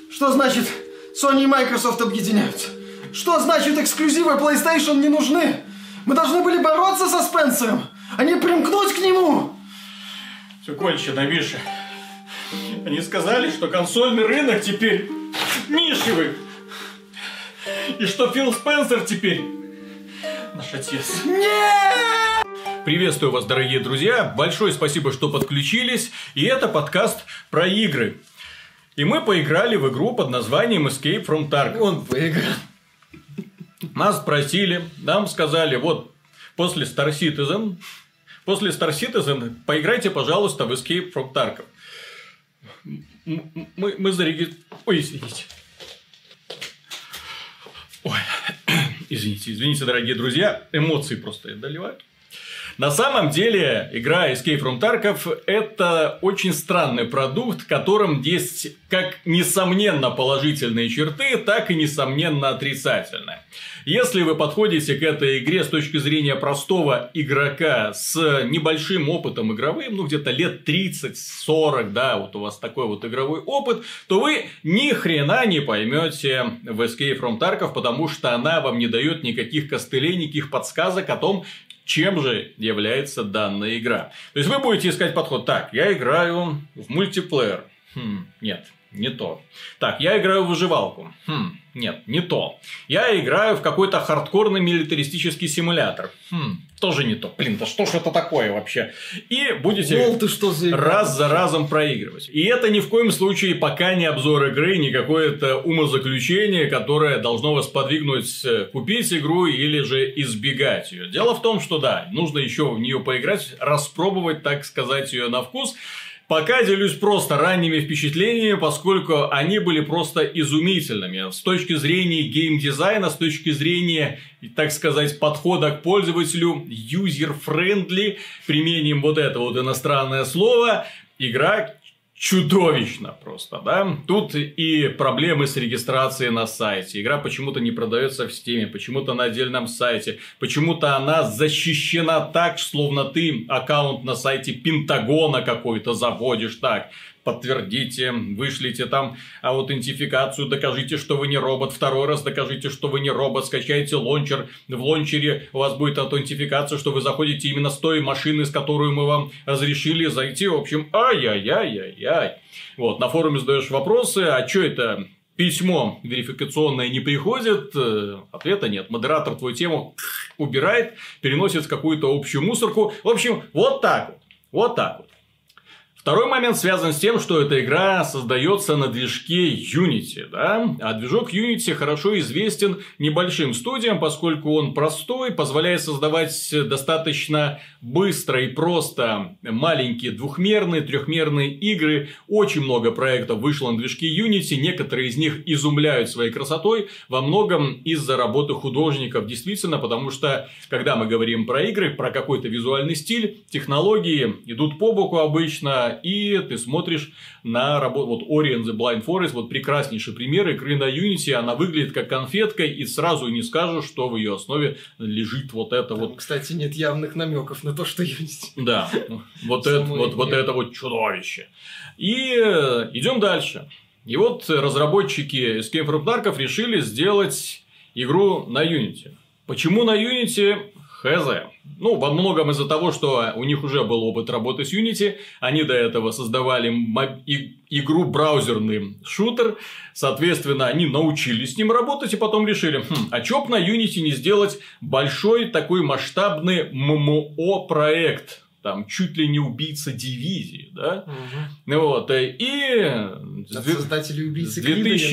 Что значит Sony и Microsoft объединяются? Что значит эксклюзивы PlayStation не нужны? Мы должны были бороться со Спенсером, а не примкнуть к нему. Все кончено, Миша. Они сказали, что консольный рынок теперь нишевый. И что Фил Спенсер теперь наш отец. Нет! Приветствую вас, дорогие друзья. Большое спасибо, что подключились. И это подкаст про игры. И мы поиграли в игру под названием Escape from Tarkov. Он выиграл. Нас спросили, нам сказали, вот после Star Citizen поиграйте, пожалуйста, в Escape from Tarkov. Мы зарегистрировали... Ой, извините. Ой, извините, дорогие друзья, эмоции просто доливают. На самом деле, игра Escape from Tarkov – это очень странный продукт, в котором есть как несомненно положительные черты, так и несомненно отрицательные. Если вы подходите к этой игре с точки зрения простого игрока с небольшим опытом игровым, ну где-то лет 30-40, да, вот у вас такой вот игровой опыт, то вы ни хрена не поймете в Escape from Tarkov, потому что она вам не дает никаких костылей, никаких подсказок о том, чем же является данная игра. То есть вы будете искать подход. Так, я играю в мультиплеер. Нет, не то. Так, я играю в выживалку. Нет, не то. Я играю в какой-то хардкорный милитаристический симулятор. Тоже не то. Блин, да что ж это такое вообще? И будете раз за разом проигрывать. И это ни в коем случае пока не обзор игры, не какое-то умозаключение, которое должно вас подвигнуть купить игру или же избегать ее. Дело в том, что да, нужно еще в нее поиграть, распробовать, так сказать, ее на вкус. Пока делюсь просто ранними впечатлениями, поскольку они были просто изумительными. С точки зрения геймдизайна, с точки зрения, так сказать, подхода к пользователю, user-friendly, применим вот это вот иностранное слово, игра чудовищно просто, да. Тут и проблемы с регистрацией на сайте. Игра почему-то не продается в Steam, почему-то на отдельном сайте. Почему-то она защищена так, словно ты аккаунт на сайте Пентагона какой-то заводишь. Так, подтвердите, вышлите там аутентификацию, докажите, что вы не робот. Второй раз докажите, что вы не робот. Скачайте лончер. В лончере у вас будет аутентификация, что вы заходите именно с той машины, с которой мы вам разрешили зайти. В общем, ай-яй-яй-яй-яй. Вот, на форуме задаешь вопросы, а что это письмо верификационное не приходит? Ответа нет. Модератор твою тему убирает, переносит в какую-то общую мусорку. В общем, вот так вот. Вот так вот. Второй момент связан с тем, что эта игра создается на движке Unity, да? А движок Unity хорошо известен небольшим студиям, поскольку он простой, позволяет создавать достаточно быстро и просто маленькие двухмерные, трехмерные игры. Очень много проектов вышло на движке Unity, некоторые из них изумляют своей красотой, во многом из-за работы художников, действительно, потому что, когда мы говорим про игры, про какой-то визуальный стиль, технологии идут по боку обычно. И ты смотришь на работу. Вот Ori and the Blind Forest, вот прекраснейший пример игры на Unity. Она выглядит как конфетка, и сразу не скажешь, что в ее основе лежит вот это там, вот. Кстати, нет явных намеков на то, что Unity. Да, вот это вот чудовище. И идем дальше. И вот разработчики Escape from Tarkov решили сделать игру на Unity. Почему на Unity? Хз. Ну, во многом из-за того, что у них уже был опыт работы с Unity. Они до этого создавали игру браузерный шутер. Соответственно, они научились с ним работать и потом решили, а чё б на Unity не сделать большой такой масштабный ММО-проект? Там чуть ли не убийца дивизии, да? Вот. И создатели убийцы с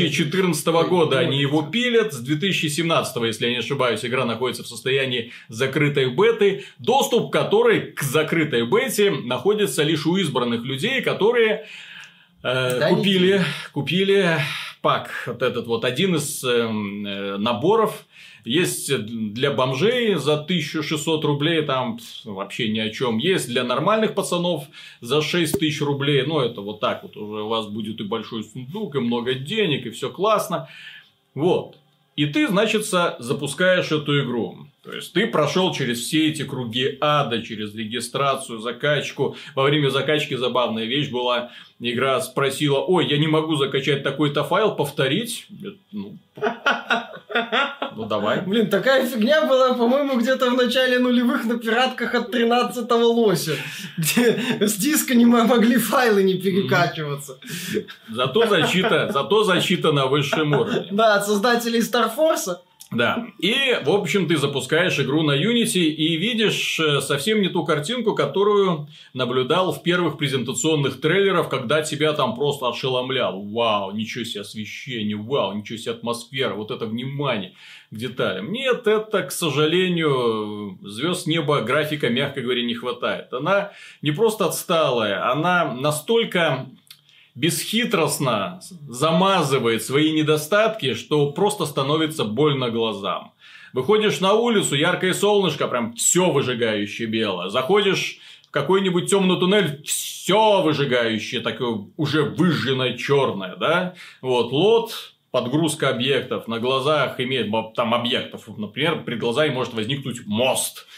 2014 года они его пилят. С 2017, если я не ошибаюсь, игра находится в состоянии закрытой беты, доступ к которой к закрытой бете находится лишь у избранных людей, которые купили пак. Вот этот вот один из наборов. Есть для бомжей за 1600 рублей, там вообще ни о чем. Есть для нормальных пацанов за 6000 рублей. Ну, это вот так вот уже у вас будет и большой сундук, и много денег, и все классно. Вот. И ты, значит, запускаешь эту игру. То есть, ты прошел через все эти круги ада, через регистрацию, закачку. Во время закачки забавная вещь была. Игра спросила: ой, я не могу закачать такой-то файл, повторить? Ну, давай. Блин, такая фигня была, по-моему, где-то в начале нулевых на пиратках от 13-го лося. Где с диска не могли файлы не перекачиваться. Зато защита на высшем уровне. Да, от создателей Star Force. Да, и, в общем, ты запускаешь игру на Unity и видишь совсем не ту картинку, которую наблюдал в первых презентационных трейлерах, когда тебя там просто ошеломлял. Вау, ничего себе освещение, вау, ничего себе атмосфера, вот это внимание к деталям. Нет, это, к сожалению, звезд неба графика, мягко говоря, не хватает. Она не просто отсталая, она настолько бесхитростно замазывает свои недостатки, что просто становится больно глазам. Выходишь на улицу, яркое солнышко, прям все выжигающее белое. Заходишь в какой-нибудь темный туннель, все выжигающее, такое уже выжженное черное, да? Вот, лот, подгрузка объектов, на глазах имеет там объектов, например, перед глазами может возникнуть мост.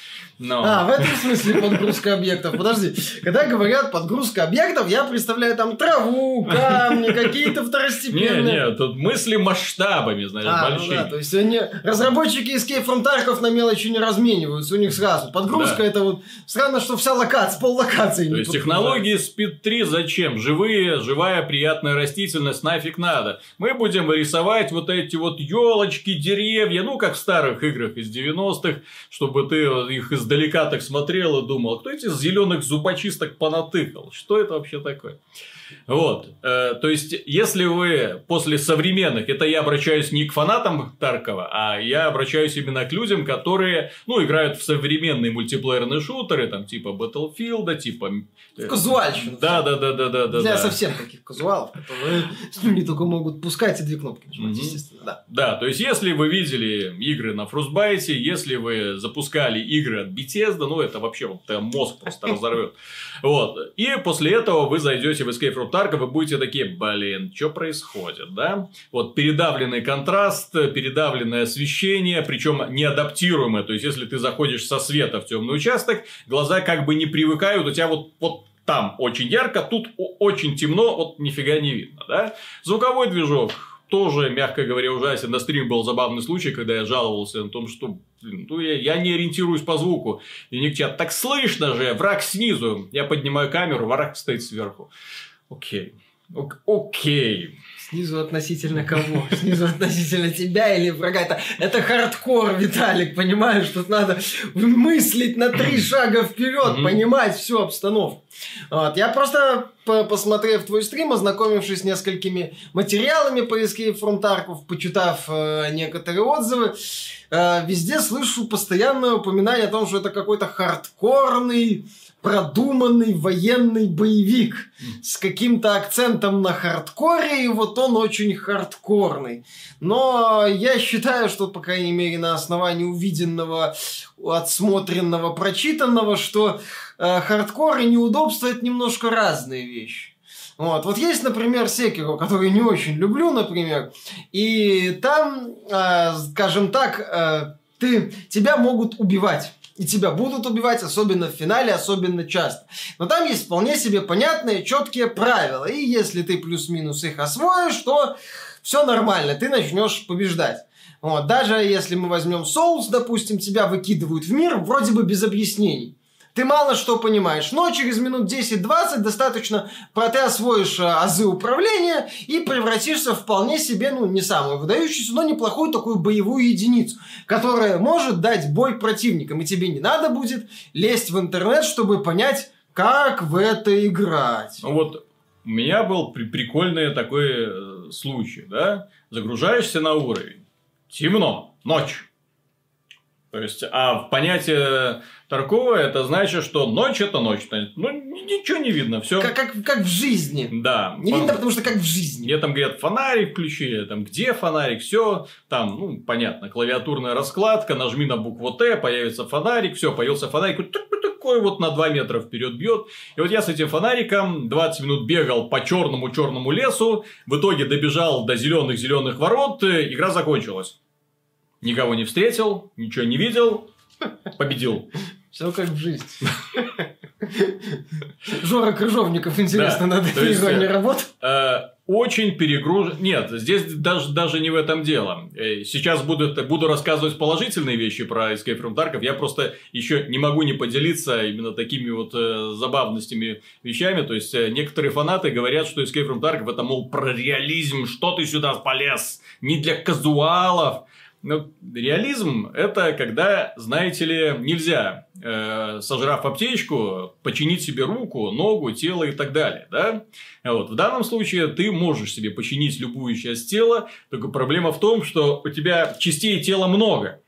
В этом смысле подгрузка объектов. Подожди, когда говорят подгрузка объектов, я представляю там траву, камни, какие-то второстепенные. Нет, тут мысли масштабами, знаешь, большие. Ну да, то есть они, разработчики Escape from Tarkov на мелочи не размениваются, у них сразу. Подгрузка это вот странно, что вся локация, пол локации не. То есть технологии Speed 3 зачем? Живая приятная растительность нафиг надо. Мы будем рисовать вот эти вот елочки, деревья, ну как в старых играх из 90-х, чтобы ты их издалека так смотрел и думал, кто этих зеленых зубочисток понатыкал? Что это вообще такое? Вот. То есть, если вы после современных, это я обращаюсь не к фанатам Таркова, а я обращаюсь именно к людям, которые, играют в современные мультиплеерные шутеры, там, типа Battlefield, типа... Казуальщина. Да. Для совсем таких казуалов, которые не только могут пускать и две кнопки нажимать, естественно, да. Да, то есть, если вы видели игры на Frostbite, если вы запускали игры от Bethesda, это вообще мозг просто разорвет. Вот. И после этого вы зайдете в Escape from Tarkov, вы будете такие, блин, что происходит, да? Вот передавленный контраст, передавленное освещение, причем неадаптируемое. То есть, если ты заходишь со света в темный участок, глаза как бы не привыкают, у тебя вот там очень ярко, тут очень темно, вот нифига не видно, да? Звуковой движок тоже, мягко говоря, ужасен. На стриме был забавный случай, когда я жаловался на том, что я не ориентируюсь по звуку. И ник чат, так слышно же, враг снизу. Я поднимаю камеру, враг стоит сверху. Окей. Снизу относительно кого? Снизу относительно тебя или врага? Это хардкор, Виталик, понимаешь? Тут надо мыслить на 3 шага вперед, понимать всю обстановку. Вот. Я просто, посмотрев твой стрим, ознакомившись с несколькими материалами по Escape from Tarkov, почитав некоторые отзывы, везде слышу постоянное упоминание о том, что это какой-то хардкорный, продуманный военный боевик с каким-то акцентом на хардкоре, и вот он очень хардкорный. Но я считаю, что, по крайней мере, на основании увиденного, отсмотренного, прочитанного, что хардкор и неудобство – это немножко разные вещи. Вот есть, например, Sekiro, который не очень люблю, например, и там, скажем так, тебя могут убивать. И тебя будут убивать, особенно в финале, особенно часто. Но там есть вполне себе понятные, четкие правила. И если ты плюс-минус их освоишь, то все нормально, ты начнешь побеждать. Вот. Даже если мы возьмем Souls, допустим, тебя выкидывают в мир вроде бы без объяснений. Ты мало что понимаешь, но через минут 10-20 достаточно, ты освоишь азы управления и превратишься в вполне себе, не самую выдающуюся, но неплохую такую боевую единицу, которая может дать бой противникам. И тебе не надо будет лезть в интернет, чтобы понять, как в это играть. Вот у меня был прикольный такой случай, да? Загружаешься на уровень, темно, ночь. То есть, в понятие Таркова это значит, что ночь это ночь. Ничего не видно. Все. Как в жизни. Да. Не видно, потому что как в жизни. Мне там говорят, фонарик включили, там где фонарик, все. Там, понятно, клавиатурная раскладка, нажми на букву Т, появится фонарик, все, появился фонарик. Такой вот на 2 метра вперед бьет. И вот я с этим фонариком 20 минут бегал по черному лесу, в итоге добежал до зеленых ворот, игра закончилась. Никого не встретил, ничего не видел. победил. Все как в жизни. Жора Крыжовников, интересно, над этой игрой не работал? Очень перегружен. Нет, здесь даже не в этом дело. Сейчас буду рассказывать положительные вещи про Escape from Tarkov. Я просто еще не могу не поделиться именно такими вот забавностями вещами. То есть, некоторые фанаты говорят, что Escape from Tarkov это, мол, про реализм. Что ты сюда полез? Не для казуалов. Но реализм – это когда, знаете ли, нельзя, сожрав аптечку, починить себе руку, ногу, тело и так далее. Да? Вот. В данном случае ты можешь себе починить любую часть тела, только проблема в том, что у тебя частей тела много.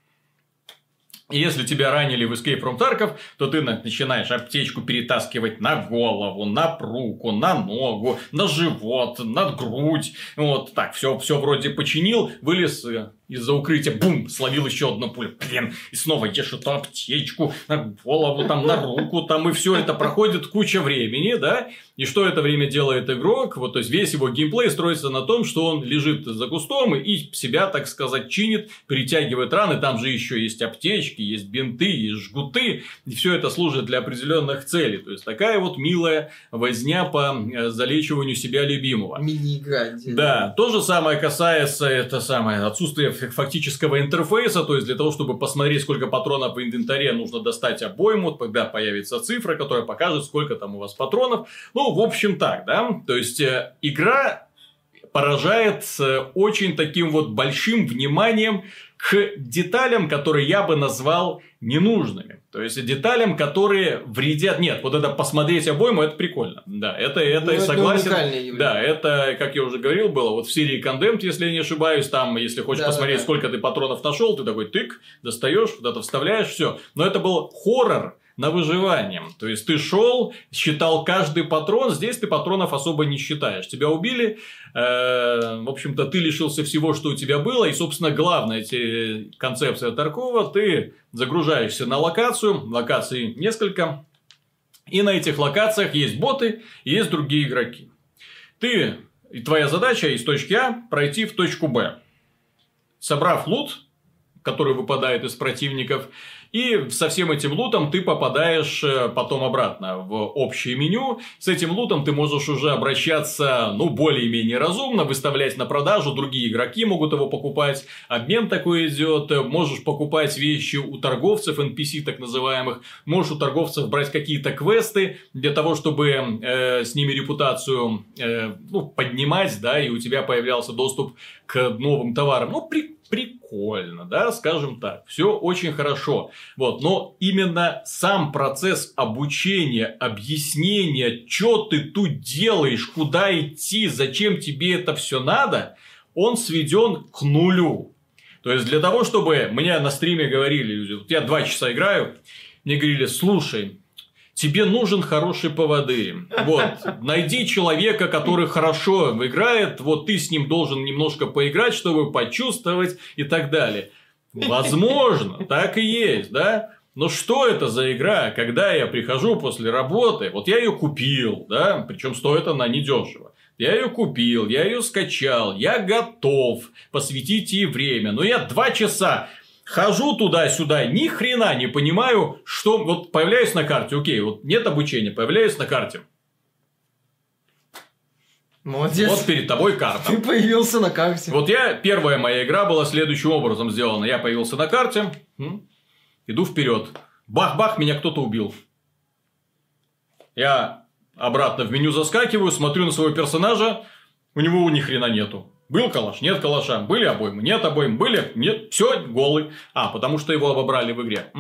И если тебя ранили в Escape from Tarkov, то ты начинаешь аптечку перетаскивать на голову, на руку, на ногу, на живот, на грудь. Вот так, все вроде починил, вылез из-за укрытия, бум, словил еще одну пулю, блин, и снова ешь эту аптечку на голову, там, на руку, там, и все это проходит куча времени, да, и что это время делает игрок, вот, то есть, весь его геймплей строится на том, что он лежит за кустом и себя, так сказать, чинит, перетягивает раны, там же еще есть аптечки, есть бинты, есть жгуты, и все это служит для определенных целей, то есть, такая вот милая возня по залечиванию себя любимого. Мини-игра. Да, то же самое касается отсутствия фактического интерфейса, то есть для того, чтобы посмотреть, сколько патронов в инвентаре, нужно достать обойму, тогда появится цифра, которая покажет, сколько там у вас патронов. Ну, в общем, так, да, то есть игра поражает очень таким вот большим вниманием к деталям, которые я бы назвал ненужными. То есть, деталям, которые вредят. Нет, вот это посмотреть обойму, это прикольно. Да, это я согласен. Да, это, как я уже говорил, было вот в серии Condemned, если я не ошибаюсь, там, если хочешь посмотреть, сколько ты патронов нашел, ты такой тык, достаешь, куда-то вставляешь, все. Но это был хоррор на выживание. То есть, ты шел, считал каждый патрон, здесь ты патронов особо не считаешь. Тебя убили, в общем-то, ты лишился всего, что у тебя было, и, собственно, главная концепция Таркова, ты загружаешься на локацию, локаций несколько, и на этих локациях есть боты, и есть другие игроки. И твоя задача из точки А пройти в точку Б, собрав лут, который выпадает из противников, и со всем этим лутом ты попадаешь потом обратно в общее меню. С этим лутом ты можешь уже обращаться, ну, более-менее разумно, выставлять на продажу, другие игроки могут его покупать, обмен такой идет, можешь покупать вещи у торговцев, NPC так называемых, можешь у торговцев брать какие-то квесты для того, чтобы с ними репутацию поднимать, да, и у тебя появлялся доступ к новым товарам. Ну, прикольно, да, скажем так. Все очень хорошо. Вот. Но именно сам процесс обучения, объяснения, что ты тут делаешь, куда идти, зачем тебе это все надо, он сведен к нулю. То есть, для того, чтобы мне на стриме говорили люди, вот я 2 часа играю, мне говорили, слушай, тебе нужен хороший поводырь. Вот, найди человека, который хорошо играет, вот ты с ним должен немножко поиграть, чтобы почувствовать и так далее. Возможно, так и есть, да? Но что это за игра, когда я прихожу после работы, вот я ее купил, да, причем стоит она недешево. Я ее купил, я ее скачал, я готов посвятить ей время, но я 2 часа хожу туда-сюда, ни хрена не понимаю, что... Вот появляюсь на карте, окей, вот нет обучения, появляюсь на карте. Молодец. Вот перед тобой карта. Ты появился на карте. Вот первая моя игра была следующим образом сделана. Я появился на карте, иду вперед. Бах-бах, меня кто-то убил. Я обратно в меню заскакиваю, смотрю на своего персонажа, у него ни хрена нету. Был калаш, нет калаша, были обоймы, нет обойм, были, нет, все, голый. Потому что его обобрали в игре.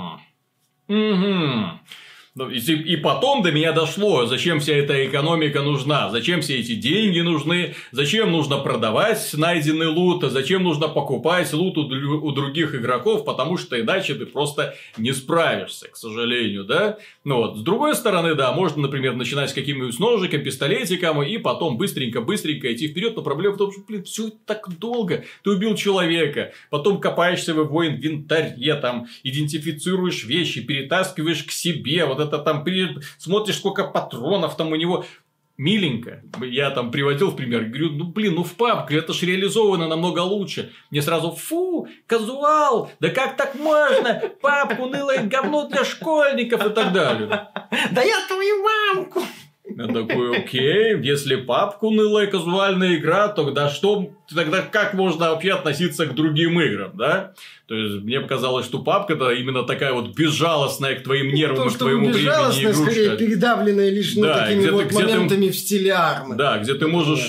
И потом до меня дошло, зачем вся эта экономика нужна, зачем все эти деньги нужны, зачем нужно продавать найденный лут, зачем нужно покупать лут у других игроков, потому что иначе ты просто не справишься, к сожалению, да. Ну вот, с другой стороны, да, можно, например, начинать с каким-нибудь ножиком, пистолетиком, и потом быстренько идти вперед, но проблема в том, что, все так долго, ты убил человека, потом копаешься в его инвентаре, там, идентифицируешь вещи, перетаскиваешь к себе, вот это там, смотришь, сколько патронов там у него. миленько. Я там приводил в пример. Говорю, ну в PUBG это ж реализовано намного лучше. Мне сразу, фу, казуал, да как так можно? PUBG унылое говно для школьников и так далее. Да я твою мамку! Я такой, окей, если PUBG унылая казуальная игра, тогда как можно вообще относиться к другим играм, да? То есть, мне показалось, что PUBG это именно такая вот безжалостная к твоим нервам и к твоему времени игрушка. Скорее, передавленная лишь такими вот моментами в стиле армы. Да, где ты можешь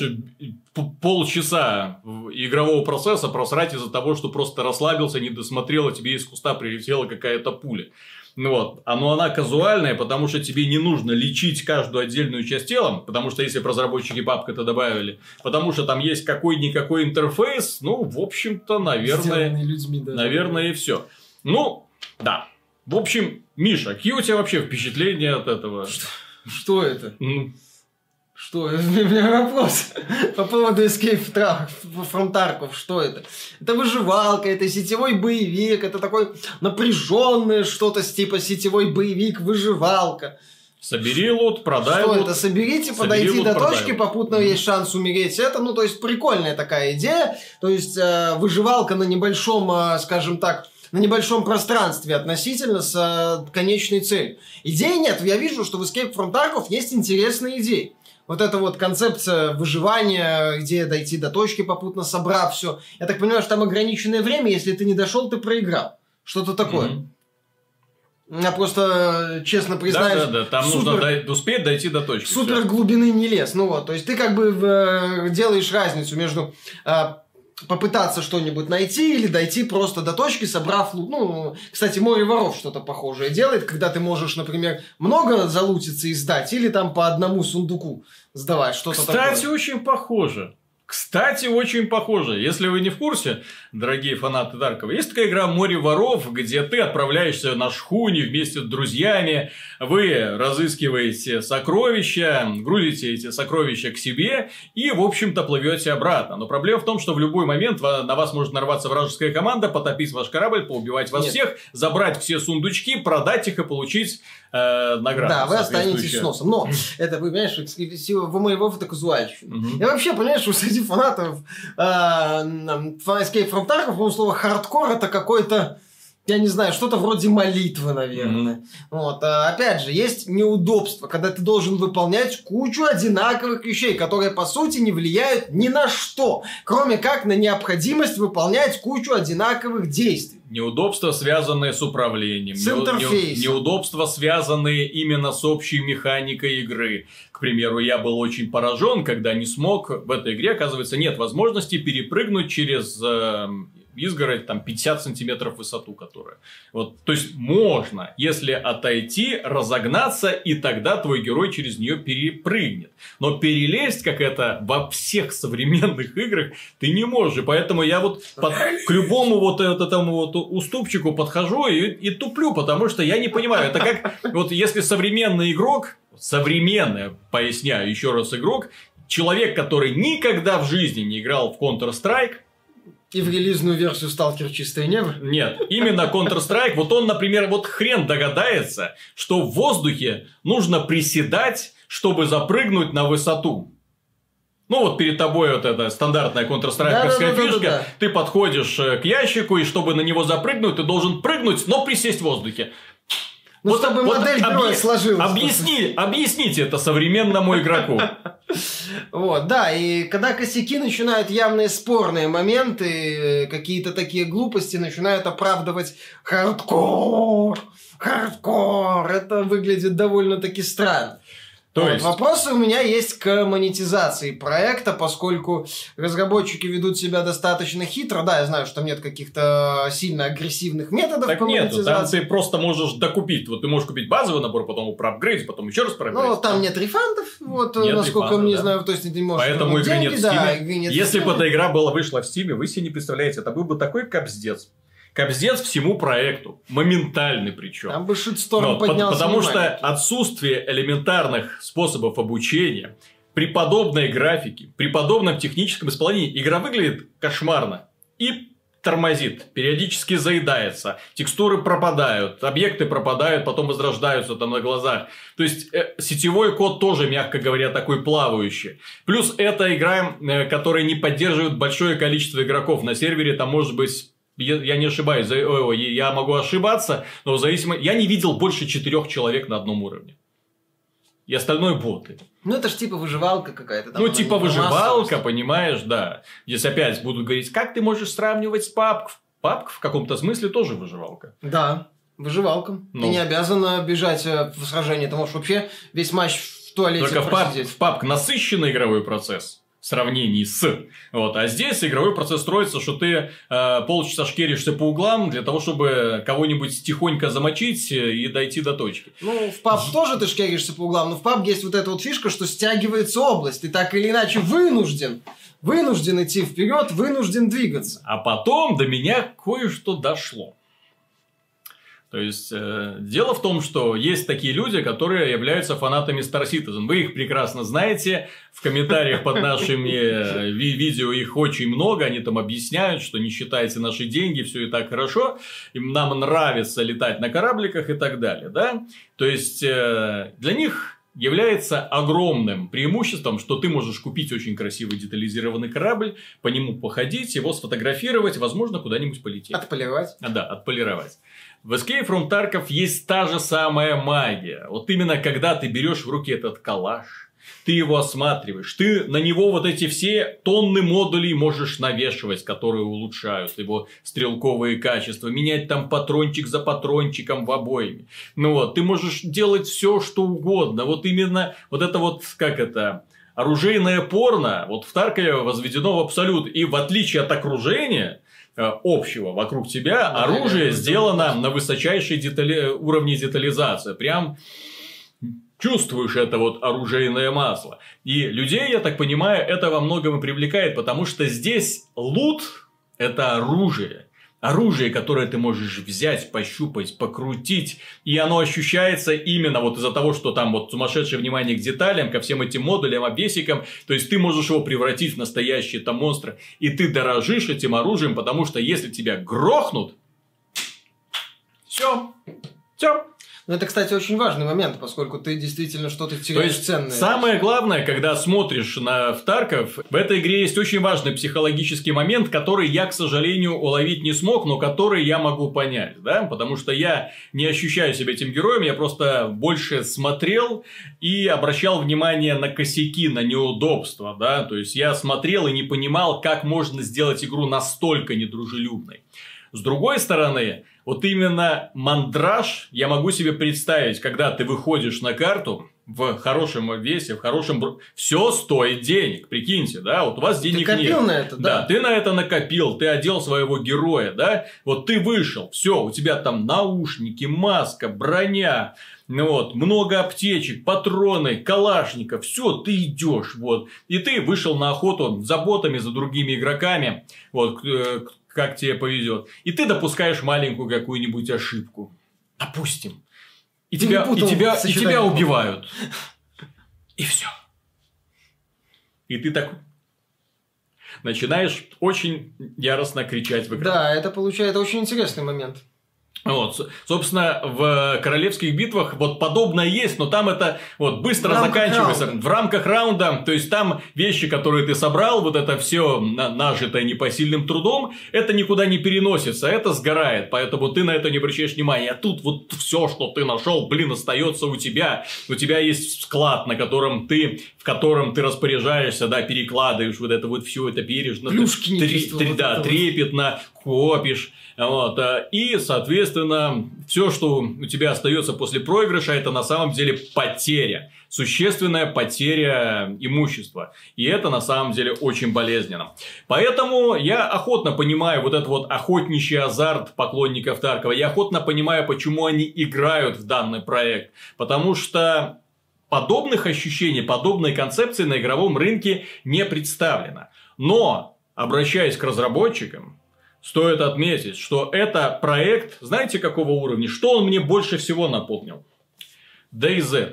полчаса игрового процесса просрать из-за того, что просто расслабился, не досмотрел, а тебе из куста прилетела какая-то пуля. Вот. Но она казуальная, потому что тебе не нужно лечить каждую отдельную часть телом, потому что если бы разработчики PUBG это добавили, потому что там есть какой-никакой интерфейс, ну, в общем-то, наверное, людьми, да, наверное, и все. Ну, да. В общем, Миша, какие у тебя вообще впечатления от этого? Что это? Что? У меня вопрос по поводу Escape from Tarkov. Что это? Это выживалка, это сетевой боевик, это такой напряженное что-то типа сетевой боевик-выживалка. Собери лут, продай лут. Что это? Соберите, подойти до точки, попутно есть шанс умереть. Это, то есть, прикольная такая идея. То есть, выживалка на небольшом, скажем так, на небольшом пространстве относительно с конечной целью. Идей нет. Я вижу, что в Escape from Tarkov есть интересные идеи. Вот эта вот концепция выживания, где дойти до точки, попутно собрав все. Я так понимаю, что там ограниченное время, если ты не дошел, ты проиграл. Что-то такое. Я просто, честно признаюсь... Да, там нужно успеть дойти до точки. Супер глубины не лез. То есть, ты как бы делаешь разницу между... попытаться что-нибудь найти или дойти просто до точки, собрав лут. Кстати, Море воров что-то похожее делает, когда ты можешь, например, много залутиться и сдать, или там по одному сундуку сдавать, что-то такое. Кстати, очень похоже. Если вы не в курсе, дорогие фанаты Таркова, есть такая игра «Море воров», где ты отправляешься на шхуне вместе с друзьями, вы разыскиваете сокровища, грузите эти сокровища к себе и, в общем-то, плывете обратно. Но проблема в том, что в любой момент на вас может нарваться вражеская команда, потопить ваш корабль, поубивать вас всех, забрать все сундучки, продать их и получить награду. Да, вы останетесь с носом. Но это, вы понимаешь, в «Море воров» это казуальщина. Я вообще, понимаешь, что среди фанатов Escape from Tarkov, по-моему, слово «хардкор» это какой-то, я не знаю, что-то вроде молитвы, наверное. Опять же, есть неудобство, когда ты должен выполнять кучу одинаковых вещей, которые, по сути, не влияют ни на что, кроме как на необходимость выполнять кучу одинаковых действий. Неудобства, связанные с управлением. С интерфейсом. Неудобства, связанные именно с общей механикой игры. К примеру, я был очень поражен, когда не смог. В этой игре, оказывается, нет возможности перепрыгнуть через изгородь, 50 сантиметров в высоту, которая. То есть, можно, если отойти, разогнаться, и тогда твой герой через нее перепрыгнет. Но перелезть, как это во всех современных играх, ты не можешь. Поэтому я к любому этому уступчику подхожу и туплю, потому что я не понимаю. Это как, если современный игрок, поясняю еще раз, игрок, человек, который никогда в жизни не играл в Counter-Strike, и в релизную версию Stalker Чистое небо? Нет, именно Counter-Strike. Он, например, хрен догадается, что в воздухе нужно приседать, чтобы запрыгнуть на высоту. Перед тобой эта стандартная Counter-Strike'овская фишка. Да. Ты подходишь к ящику, и чтобы на него запрыгнуть, ты должен прыгнуть, но присесть в воздухе. Чтобы модель героя сложилась. Объясните это современному игроку. И когда косяки начинают явные спорные моменты, какие-то такие глупости начинают оправдывать хардкор, это выглядит довольно-таки странно. Вопросы у меня есть к монетизации проекта, поскольку разработчики ведут себя достаточно хитро. Да, я знаю, что там нет каких-то сильно агрессивных методов по монетизации. Там ты просто можешь докупить. Ты можешь купить базовый набор, потом проапгрейдить, потом еще раз проапгрейдить. Там нет рефандов, насколько я не знаю. То есть ты можешь... Поэтому игры нет в Steam. Если бы эта игра вышла в Steam, вы себе не представляете, это был бы такой капздец. Капздец всему проекту. Моментальный причем. Там бы шитсторм поднялся. Потому что отсутствие элементарных способов обучения при подобной графике, при подобном техническом исполнении, игра выглядит кошмарно. И тормозит, периодически заедается, текстуры пропадают, объекты пропадают, потом возрождаются там на глазах. То есть, сетевой код тоже, мягко говоря, такой плавающий. Плюс это игра, которая не поддерживает большое количество игроков. На сервере там может быть, я не ошибаюсь, я могу ошибаться, но я не видел больше 4 человек на одном уровне. И остальное боты. Ну, это же типа выживалка какая-то. Ну, типа выживалка, понимаешь, да. Здесь опять будут говорить, как ты можешь сравнивать с PUBG? PUBG в каком-то смысле тоже выживалка. Да, выживалка. Ты не обязан бежать в сражение. Ты можешь вообще весь матч в туалете просидеть. В PUBG насыщенный игровой процесс в сравнении с. Вот. А здесь игровой процесс строится, что ты полчаса шкеришься по углам для того, чтобы кого-нибудь тихонько замочить и дойти до точки. Ну, в PUBG тоже ты шкеришься по углам, но в PUBG есть вот эта вот фишка, что стягивается область. Ты так или иначе вынужден идти вперед, вынужден двигаться. А потом до меня кое-что дошло. То есть, дело в том, что есть такие люди, которые являются фанатами Star Citizen. Вы их прекрасно знаете. В комментариях под нашими видео их очень много. Они там объясняют, что не считайте наши деньги, все и так хорошо. Нам нравится летать на корабликах и так далее. Да? То есть, для них является огромным преимуществом, что ты можешь купить очень красивый детализированный корабль, по нему походить, его сфотографировать, возможно, куда-нибудь полететь. Отполировать. Да, отполировать. В Escape from Tarkov есть та же самая магия. Вот именно когда ты берешь в руки этот калаш, ты его осматриваешь, ты на него вот эти все тонны модулей можешь навешивать, которые улучшают его стрелковые качества, менять там патрончик за патрончиком в обойме. Ну вот, ты можешь делать все, что угодно. Вот именно вот это вот, как это, оружейное порно, вот в Таркове возведено в абсолют. И в отличие от окружения общего вокруг тебя, оружие сделано на высочайшей уровне детализации. Прям чувствуешь это вот оружейное масло. И людей, я так понимаю, это во многом и привлекает, потому что здесь лут – это оружие. Оружие, которое ты можешь взять, пощупать, покрутить. И оно ощущается именно вот из-за того, что там вот сумасшедшее внимание к деталям, ко всем этим модулям, обвесикам. То есть, ты можешь его превратить в настоящие там монстры. И ты дорожишь этим оружием, потому что если тебя грохнут, все. Ну, это, кстати, очень важный момент, поскольку ты действительно что-то теряешь ценное. Самое главное, когда смотришь в Тарков, в этой игре есть очень важный психологический момент, который я, к сожалению, уловить не смог, но который я могу понять, да, потому что я не ощущаю себя этим героем, я просто больше смотрел и обращал внимание на косяки, на неудобства, да, то есть я смотрел и не понимал, как можно сделать игру настолько недружелюбной. С другой стороны, вот именно мандраж я могу себе представить, когда ты выходишь на карту в хорошем обвесе, в хорошем... Все стоит денег, прикиньте, да? Вот у вас денег нет. Ты копил на это, да? Да, ты на это накопил, ты одел своего героя, да? Вот ты вышел, все, у тебя там наушники, маска, броня... Ну вот, много аптечек, патроны, калашников, все, ты идешь, вот. И ты вышел на охоту за ботами, за другими игроками, вот, как тебе повезет. И ты допускаешь маленькую какую-нибудь ошибку. Допустим. И тебя убивают. И все. И ты так начинаешь очень яростно кричать в экран. Да, это получается очень интересный момент. Вот, собственно, в королевских битвах вот подобное есть, но там это вот быстро заканчивается в рамках раунда. То есть, там вещи, которые ты собрал, вот это все нажитое непосильным трудом, это никуда не переносится, это сгорает. Поэтому ты на это не обращаешь внимания. А тут вот все, что ты нашел, остается у тебя. У тебя есть склад, в котором ты распоряжаешься, да, перекладываешь вот это вот все это бережно. Плюшки не трепетно копишь. Вот, и, соответственно, все, что у тебя остается после проигрыша, это на самом деле потеря. Существенная потеря имущества. И это на самом деле очень болезненно. Поэтому я охотно понимаю вот этот вот охотничий азарт поклонников Таркова. Я охотно понимаю, почему они играют в данный проект. Потому что подобных ощущений, подобной концепции на игровом рынке не представлено. Но, обращаясь к разработчикам, стоит отметить, что это проект, знаете, какого уровня? Что он мне больше всего напомнил? DayZ.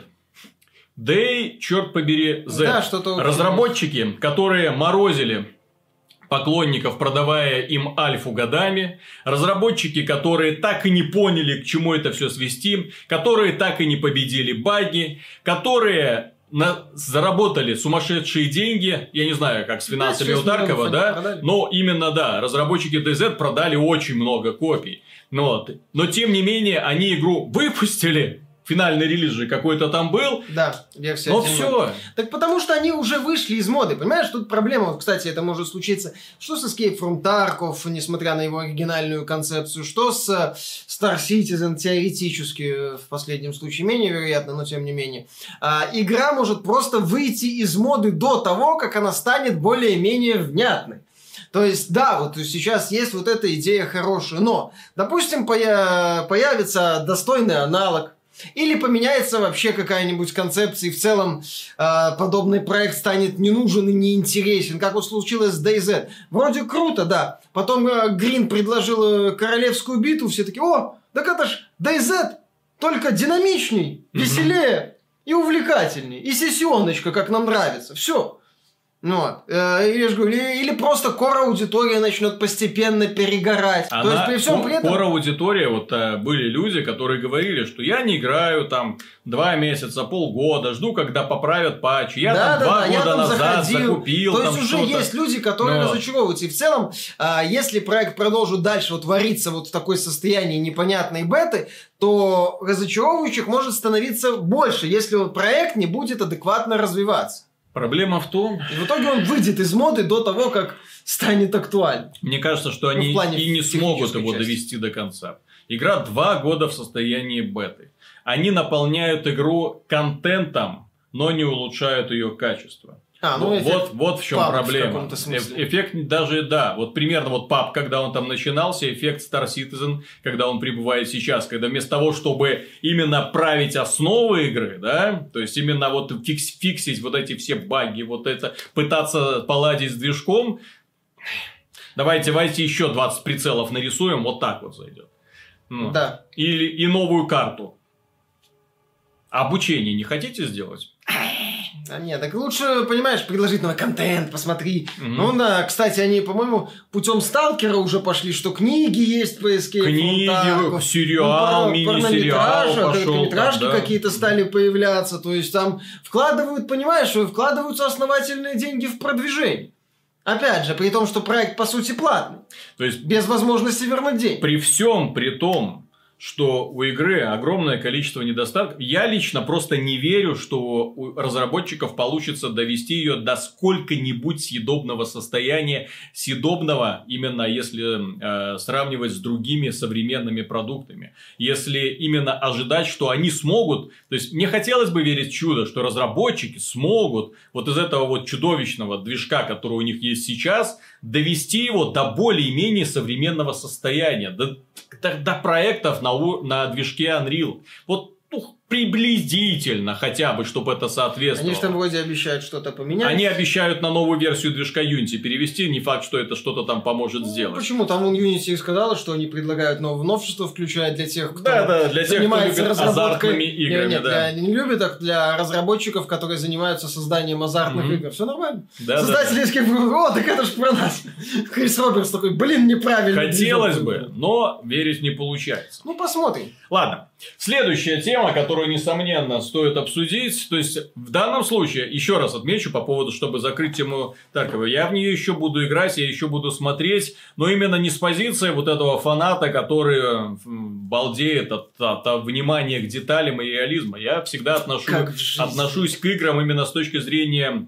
Day, черт побери, Z. Да, что-то... Разработчики, которые морозили поклонников, продавая им альфу годами, разработчики, которые так и не поняли, к чему это все свести, которые так и не победили баги, которые заработали сумасшедшие деньги, я не знаю, как с финансами у Таркова, да, но именно, да, разработчики DayZ продали очень много копий. Но тем не менее, они игру выпустили. Финальный релиз же какой-то там был. Да, версия. Но все. Так потому что они уже вышли из моды. Понимаешь, тут проблема, вот, кстати, это может случиться, что с Escape from Tarkov, несмотря на его оригинальную концепцию, что с Star Citizen, теоретически, в последнем случае менее вероятно, но тем не менее. Игра может просто выйти из моды до того, как она станет более-менее внятной. То есть, да, вот сейчас есть вот эта идея хорошая, но, допустим, появится достойный аналог, или поменяется вообще какая-нибудь концепция, и в целом подобный проект станет не нужен и не интересен, как вот случилось с DayZ. Вроде круто, да. Потом Грин предложил королевскую битву, все такие: о, так это ж DayZ, только динамичней, веселее и увлекательней, и сессионочка, как нам нравится. Все. Вот. Или просто кор-аудитория начнет постепенно перегорать. То есть, при всем при этом... Кор-аудитория, вот были люди, которые говорили, что я не играю там 2 месяца, полгода, жду, когда поправят патчи. Я там 2 года назад закупил. То есть, уже есть люди, которые разочаровываются. И в целом, если проект продолжит дальше вот вариться вот в такой состоянии непонятной беты, то разочаровывающих может становиться больше, если вот проект не будет адекватно развиваться. Проблема в том... И в итоге он выйдет из моды до того, как станет актуальным. Мне кажется, что они и не смогут его довести до конца. Игра 2 года в состоянии беты. Они наполняют игру контентом, но не улучшают ее качество. Вот в чем проблема. Эффект даже, да, вот примерно вот PUBG, когда он там начинался, эффект Star Citizen, когда он пребывает сейчас, когда вместо того, чтобы именно править основы игры, да, то есть именно вот фиксить вот эти все баги, вот это, пытаться поладить с движком, давайте еще 20 прицелов нарисуем, вот так вот зайдет. Да. И новую карту. Обучение не хотите сделать? Нет, так лучше, понимаешь, предложить новый контент, посмотри. Ну да, кстати, они, по-моему, путем сталкера уже пошли, что книги есть по Escape from Tarkov, сериал, мини-сериал пошел. Короткометражки какие-то стали появляться. То есть там вкладываются основательные деньги в продвижение. Опять же, при том, что проект по сути платный. То есть без возможности вернуть деньги. При всем при том, что у игры огромное количество недостатков. Я лично просто не верю, что у разработчиков получится довести ее до сколько-нибудь съедобного состояния. Съедобного, именно если сравнивать с другими современными продуктами. Если именно ожидать, что они смогут... То есть, мне хотелось бы верить в чудо, что разработчики смогут вот из этого вот чудовищного движка, который у них есть сейчас, довести его до более-менее современного состояния. До проектов на движке Unreal. Вот приблизительно хотя бы, чтобы это соответствовало. Они же там вроде обещают что-то поменять. Они обещают на новую версию движка Unity перевести. Не факт, что это что-то там поможет сделать. Почему? Там Unity сказала, что они предлагают новшества, включая для тех, кто для тех, занимается кто любит азартными играми. Нет, не любит, так для разработчиков, которые занимаются созданием азартных игр. Все нормально. Создатели Escape from так это ж про нас. Крис Робертс такой, неправильно. Хотелось бы, но верить не получается. Посмотрим. Ладно. Следующая тема, которую, несомненно, стоит обсудить. То есть, в данном случае, еще раз отмечу по поводу, чтобы закрыть тему Таркова. Я в нее еще буду играть, я еще буду смотреть. Но именно не с позиции вот этого фаната, который балдеет от внимания к деталям и реализма. Я всегда отношусь к играм именно с точки зрения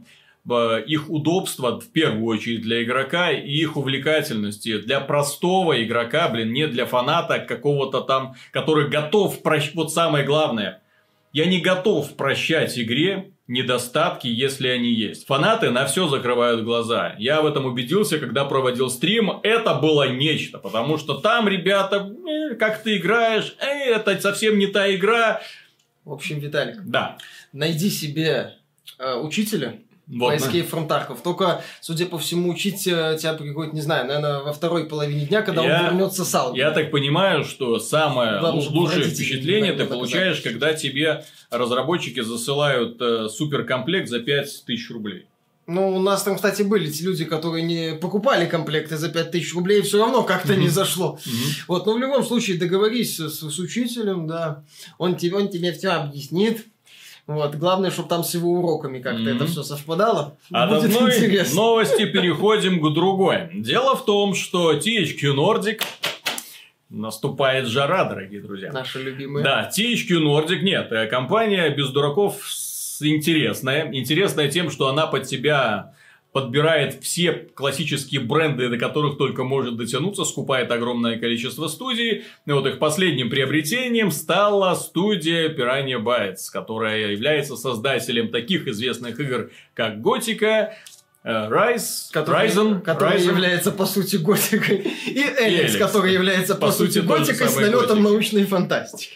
их удобства, в первую очередь, для игрока и их увлекательности. Для простого игрока, не для фаната какого-то там, который готов вот самое главное. Я не готов прощать игре недостатки, если они есть. Фанаты на все закрывают глаза. Я в этом убедился, когда проводил стрим. Это было нечто. Потому что там, ребята, как ты играешь, это совсем не та игра. В общем, Виталик, да. Найди себе учителя. По Escape from Tarkov. Только, судя по всему, учить тебя приходит, не знаю, наверное, во второй половине дня, когда он вернется с алгебры. Я так понимаю, что самое лучшее впечатление ты получаешь, когда тебе разработчики засылают суперкомплект за 5000 рублей. Ну, у нас там, кстати, были те люди, которые не покупали комплекты за 5000 рублей, и все равно как-то не зашло. Вот, но в любом случае договорись с учителем, да, он тебе все объяснит. Вот, главное, чтобы там с его уроками как-то это все совпадало. От одной новости переходим к другой. Дело в том, что THQ Nordic... Наступает жара, дорогие друзья. Наши любимые. Да, THQ Nordic, нет, компания без дураков интересная. Интересная тем, что она под себя подбирает все классические бренды, до которых только может дотянуться, скупает огромное количество студий. И вот их последним приобретением стала студия Piranha Bytes, которая является создателем таких известных игр, как Готика, который является по сути готикой, и Эликс, который является по сути готикой с налетом научной фантастики.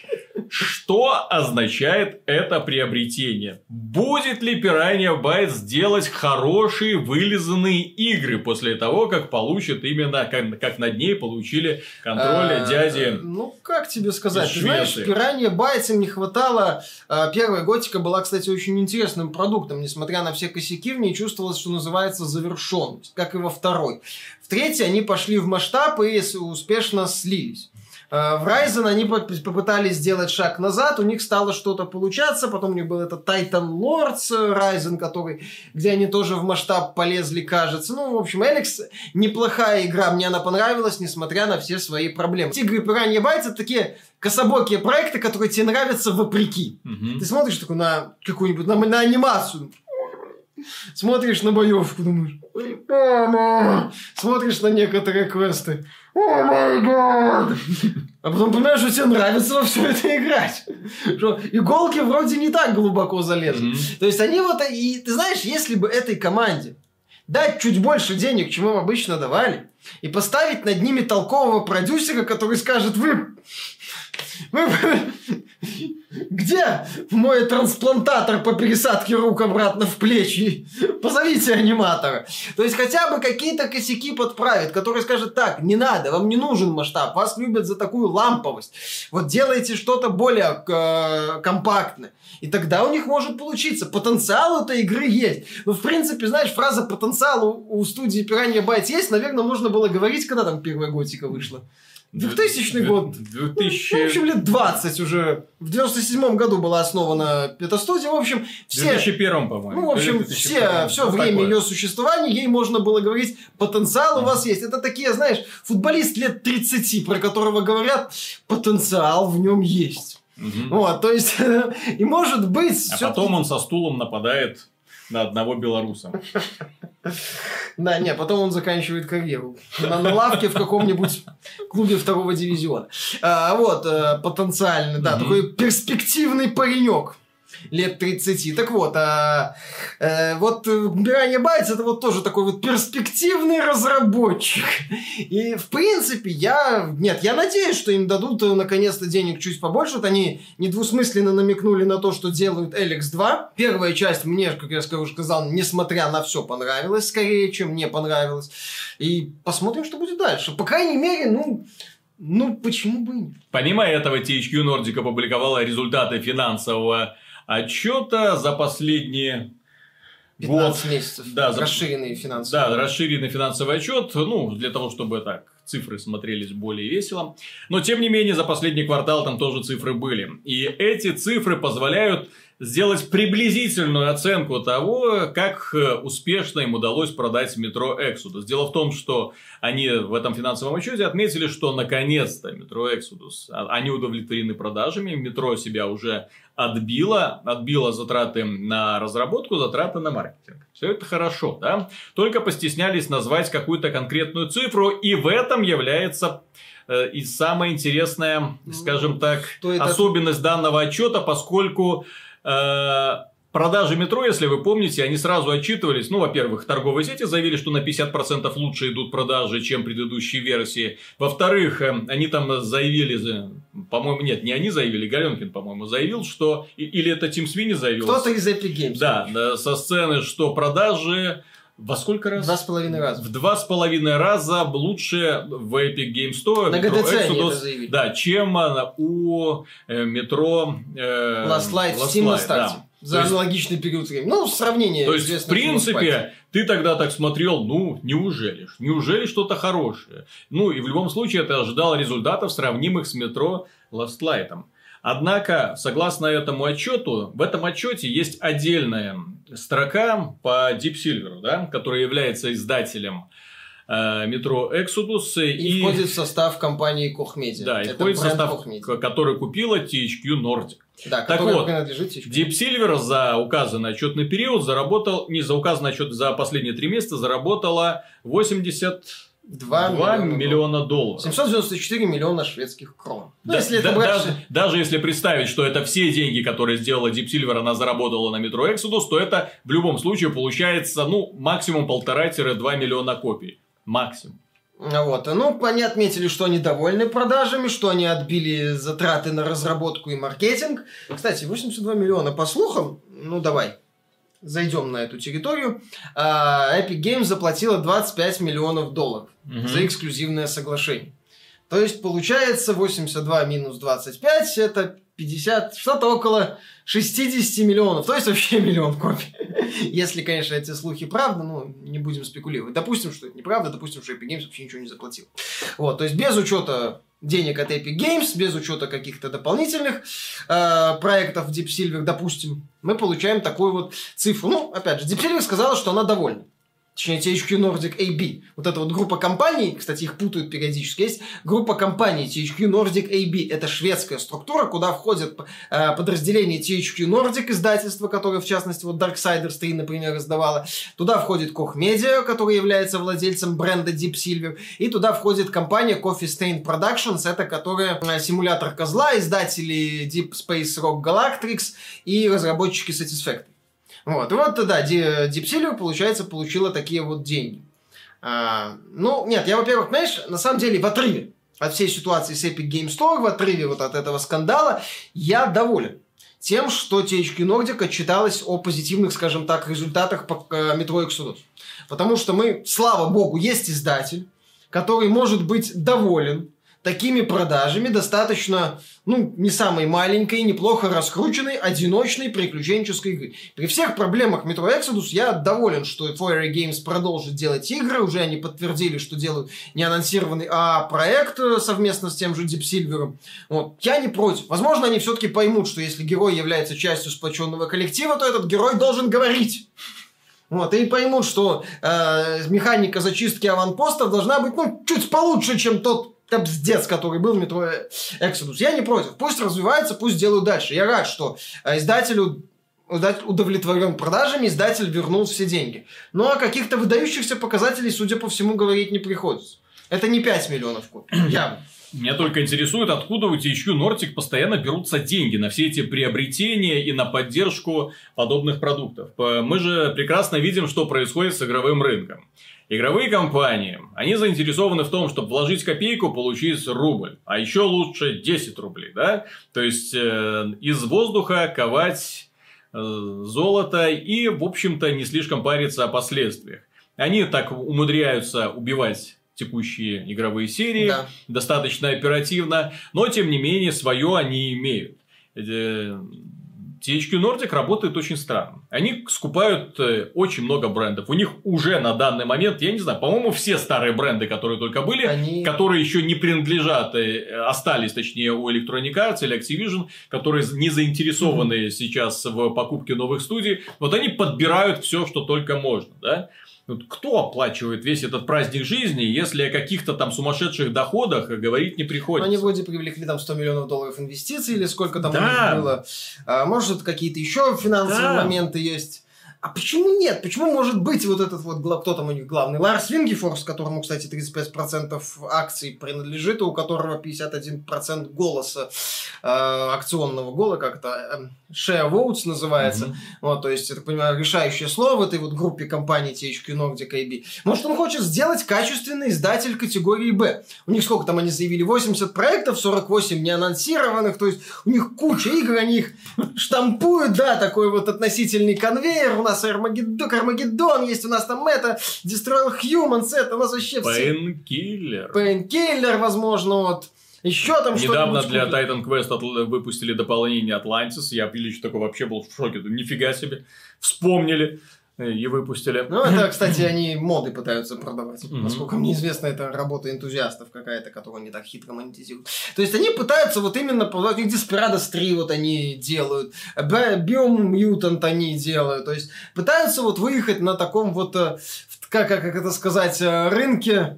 Что означает это приобретение? Будет ли Piranha Bytes делать хорошие вылизанные игры после того, как получит именно, как над ней получили контроль дяди? Ну, как тебе сказать? Ты знаешь, Piranha Bytes им не хватало. Первая готика была, кстати, очень интересным продуктом. Несмотря на все косяки, в ней чувствовалось, что называется, завершенность, как и во второй. В третьей они пошли в масштаб и успешно слились. В Ryzen они попытались сделать шаг назад, у них стало что-то получаться, потом у них был этот Titan Lords Ryzen, где они тоже в масштаб полезли, кажется. Ну, в общем, Эликс неплохая игра, мне она понравилась, несмотря на все свои проблемы. Игры Piranha Bytes — это такие кособокие проекты, которые тебе нравятся вопреки. Ты смотришь такой на какую-нибудь, на анимацию, смотришь на боевку, думаешь, смотришь на некоторые квесты, о май гад! А потом понимаешь, что тебе нравится во все это играть. Что иголки вроде не так глубоко залезли. То есть они вот... И ты знаешь, если бы этой команде дать чуть больше денег, чем им обычно давали, и поставить над ними толкового продюсера, который скажет: вы где мой трансплантатор по пересадке рук обратно в плечи? Позовите аниматора. То есть хотя бы какие-то косяки подправит, который скажет: так, не надо, вам не нужен масштаб, вас любят за такую ламповость. Вот делайте что-то более компактное. И тогда у них может получиться. Потенциал этой игры есть. Ну, в принципе, знаешь, фраза «потенциал» у студии Piranha Bytes есть, наверное, можно было говорить, когда там первая готика вышла. 2000 год. 2000... Ну, в общем, лет 20 уже. В 97 году была основана эта студия. В общем, все... В 2001, по-моему. Ну, в общем, все время ее существования ей можно было говорить: потенциал у вас есть. Это такие, знаешь, футболист лет 30, про которого говорят: потенциал в нем есть. Вот, то есть, и может быть... А потом он со стулом нападает на одного белоруса. Да, нет, потом он заканчивает карьеру на лавке в каком-нибудь клубе второго дивизиона. Вот, потенциально, да, такой перспективный паренек лет 30. Так вот, вот Piranha Bytes — это вот тоже такой вот перспективный разработчик. И, в принципе, я надеюсь, что им дадут наконец-то денег чуть побольше. Вот они недвусмысленно намекнули на то, что делают Эликс 2. Первая часть мне, как я уже сказал, несмотря на все, понравилась скорее, чем мне понравилось. И посмотрим, что будет дальше. По крайней мере, ну почему бы и нет. Помимо этого, THQ Nordic опубликовала результаты финансового отчета за последние 15 месяцев. Да, расширенный финансовый. Да, расширенный финансовый отчет. Ну, для того, чтобы так цифры смотрелись более весело. Но, тем не менее, за последний квартал там тоже цифры были. И эти цифры позволяют сделать приблизительную оценку того, как успешно им удалось продать Metro Exodus. Дело в том, что они в этом финансовом отчете отметили, что наконец-то Metro Exodus, они удовлетворены продажами, Metro себя уже отбила затраты на разработку, затраты на маркетинг. Все это хорошо, да? Только постеснялись назвать какую-то конкретную цифру, и в этом является и самая интересная, скажем так, особенность данного отчета, поскольку продажи Metro, если вы помните, они сразу отчитывались. Ну, во-первых, торговые сети заявили, что на 50% лучше идут продажи, чем предыдущие версии. Во-вторых, они там заявили, по-моему, нет, не они заявили, Галенкин, по-моему, заявил, что... Или это Тим Свини заявил? Кто-то из Epic Games. Да, со сцены, что продажи... Во сколько раз? 2,5 раза. В 2,5 раза лучше в Epic Games Store. На ГДЦ они это заявили. Да, чем у Metro Last Light в Steam на старте. Да. За аналогичный период времени. Ну, сравнение. То есть, в принципе, ты тогда так смотрел, неужели что-то хорошее? Ну, и в любом случае, ты ожидал результатов, сравнимых с метро Last Light. Однако, согласно этому отчету, в этом отчете есть отдельная строка по Deep Silver, да, который является издателем метро Exodus. И входит в состав компании Koch Media. Да, и входит в состав, который купила THQ Nordic. Да, так вот, принадлежит THQ. Deep Silver за указанный отчетный период заработал, не за указанный отчет, за последние 3 месяца заработала 82 миллиона долларов. 794 миллиона шведских крон. Да, даже если представить, что это все деньги, которые сделала Deep Silver, она заработала на метро Exodus, то это в любом случае получается, максимум 1,5-2 миллиона копий. Максимум. Вот. Ну, они отметили, что они довольны продажами, что они отбили затраты на разработку и маркетинг. Кстати, 82 миллиона по слухам, давай, зайдем на эту территорию. Epic Games заплатила 25 миллионов долларов за эксклюзивное соглашение. То есть, получается, 82 минус 25, это 50, что-то около 60 миллионов. То есть, вообще миллион копий. Если, конечно, эти слухи правда, не будем спекулировать. Допустим, что это неправда, допустим, что Epic Games вообще ничего не заплатил. Вот, то есть, без учета денег от Epic Games, без учета каких-то дополнительных проектов Deep Silver, допустим, мы получаем такую вот цифру. Опять же, Deep Silver сказала, что она довольна. Точнее, THQ Nordic AB. Вот эта вот группа компаний, кстати, их путают периодически, есть группа компаний THQ Nordic AB. Это шведская структура, куда входят подразделения THQ Nordic, издательство, которое, в частности, вот Darksiders 3, например, издавало. Туда входит Koch Media, который является владельцем бренда Deep Silver. И туда входит компания Coffee Stain Productions, это которая симулятор козла, издатели Deep Space Rock Galactrix и разработчики Satisfactory. Вот, и вот, да, Deep Silver, получается, получила такие вот деньги. Нет, я, во-первых, знаешь, на самом деле, в отрыве от всей ситуации с Epic Games Store, в отрыве вот от этого скандала, я доволен тем, что THQ Nordic отчиталась о позитивных, скажем так, результатах по Metro Exodus. Потому что мы, слава богу, есть издатель, который может быть доволен такими продажами достаточно, не самой маленькой, неплохо раскрученной, одиночной приключенческой игры. При всех проблемах Metro Exodus я доволен, что Fiery Games продолжит делать игры. Уже они подтвердили, что делают не анонсированный проект совместно с тем же Deep Silver. Вот. Я не против. Возможно, они все-таки поймут, что если герой является частью сплоченного коллектива, то этот герой должен говорить. Вот, и поймут, что механика зачистки аванпостов должна быть, чуть получше, чем тот капздец, который был в Metro Exodus. Я не против. Пусть развивается, пусть делают дальше. Я рад, что издатель удовлетворен продажами, издатель вернул все деньги. Но о каких-то выдающихся показателей, судя по всему, говорить не приходится. Это не 5 миллионов копий. Явно. Меня только интересует, откуда у THQ Nordic постоянно берутся деньги на все эти приобретения и на поддержку подобных продуктов. Мы же прекрасно видим, что происходит с игровым рынком. Игровые компании, они заинтересованы в том, чтобы вложить копейку, получить рубль. А еще лучше 10 рублей, да? То есть, из воздуха ковать золото и, в общем-то, не слишком париться о последствиях. Они так умудряются убивать текущие игровые серии, достаточно оперативно, но, тем не менее, свое они имеют. THQ Nordic работает очень странно. Они скупают очень много брендов. У них уже на данный момент, я не знаю, по-моему, все старые бренды, которые только были, которые еще не принадлежат, остались, точнее, у Electronic Arts или Activision, которые не заинтересованы сейчас в покупке новых студий, вот они подбирают все, что только можно, да? Кто оплачивает весь этот праздник жизни, если о каких-то там сумасшедших доходах говорить не приходится? Они вроде привлекли там 100 миллионов долларов инвестиций, или сколько там у них было. Может, какие-то еще финансовые моменты есть. А почему нет? Почему может быть вот этот вот, кто там у них главный? Ларс Вингефорс, которому, кстати, 35% акций принадлежит, и у которого 51% голоса, акционного гола, как-то share votes называется. Вот, то есть, я так понимаю, решающее слово в этой вот группе компаний THQ Nordic AB. Может, он хочет сделать качественный издатель категории Б. У них сколько там они заявили? 80 проектов, 48 неанонсированных, то есть, у них куча игр, они их штампуют, да, такой вот относительный конвейер. У нас Армагеддон есть, у нас там Destroy All Humans, это у нас вообще все. Painkiller, возможно, вот. Еще там что-то. Недавно для Titan Quest выпустили дополнение Atlantis. Я лично такой вообще был в шоке. Нифига себе. Вспомнили и выпустили. Ну, это, кстати, они моды пытаются продавать. Насколько мне известно, это работа энтузиастов какая-то, которую они так хитро монетизируют. То есть, они пытаются вот именно... Desperados 3 вот они делают. Biomutant они делают. То есть, пытаются вот выехать на таком вот... Как это сказать? Рынке...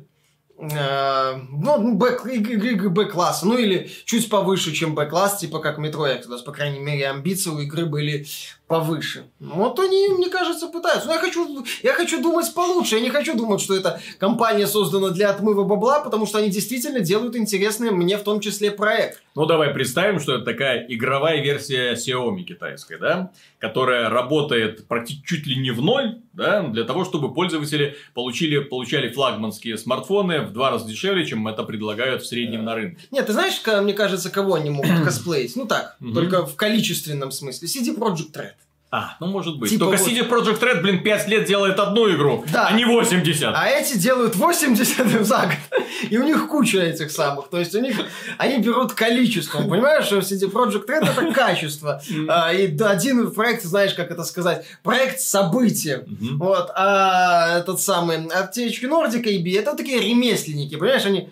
Б-класса, ну или чуть повыше, чем Б-класс, типа как Metro Exodus, по крайней мере, амбиции у игры были повыше. Вот они, мне кажется, пытаются. Но я хочу думать получше, я не хочу думать, что эта компания создана для отмыва бабла, потому что они действительно делают интересный мне в том числе проект. Ну, давай представим, что это такая игровая версия Xiaomi китайской, да, которая работает практически чуть ли не в ноль, да, для того, чтобы пользователи получали флагманские смартфоны в 2 раза дешевле, чем это предлагают в среднем на рынке. Нет, ты знаешь, мне кажется, кого они могут косплеить? Ну так, только в количественном смысле. CD Projekt Red. Ну может быть. Типа только вот... CD Projekt Red, 5 лет делает одну игру, да. А не 80. А эти делают 80 за год. И у них куча этих самых. То есть, они берут количеством. Понимаешь, что CD Projekt Red это качество. И один проект, знаешь, как это сказать, проект события. Вот. А этот самый THQ Nordic AB, это такие ремесленники. Понимаешь, они...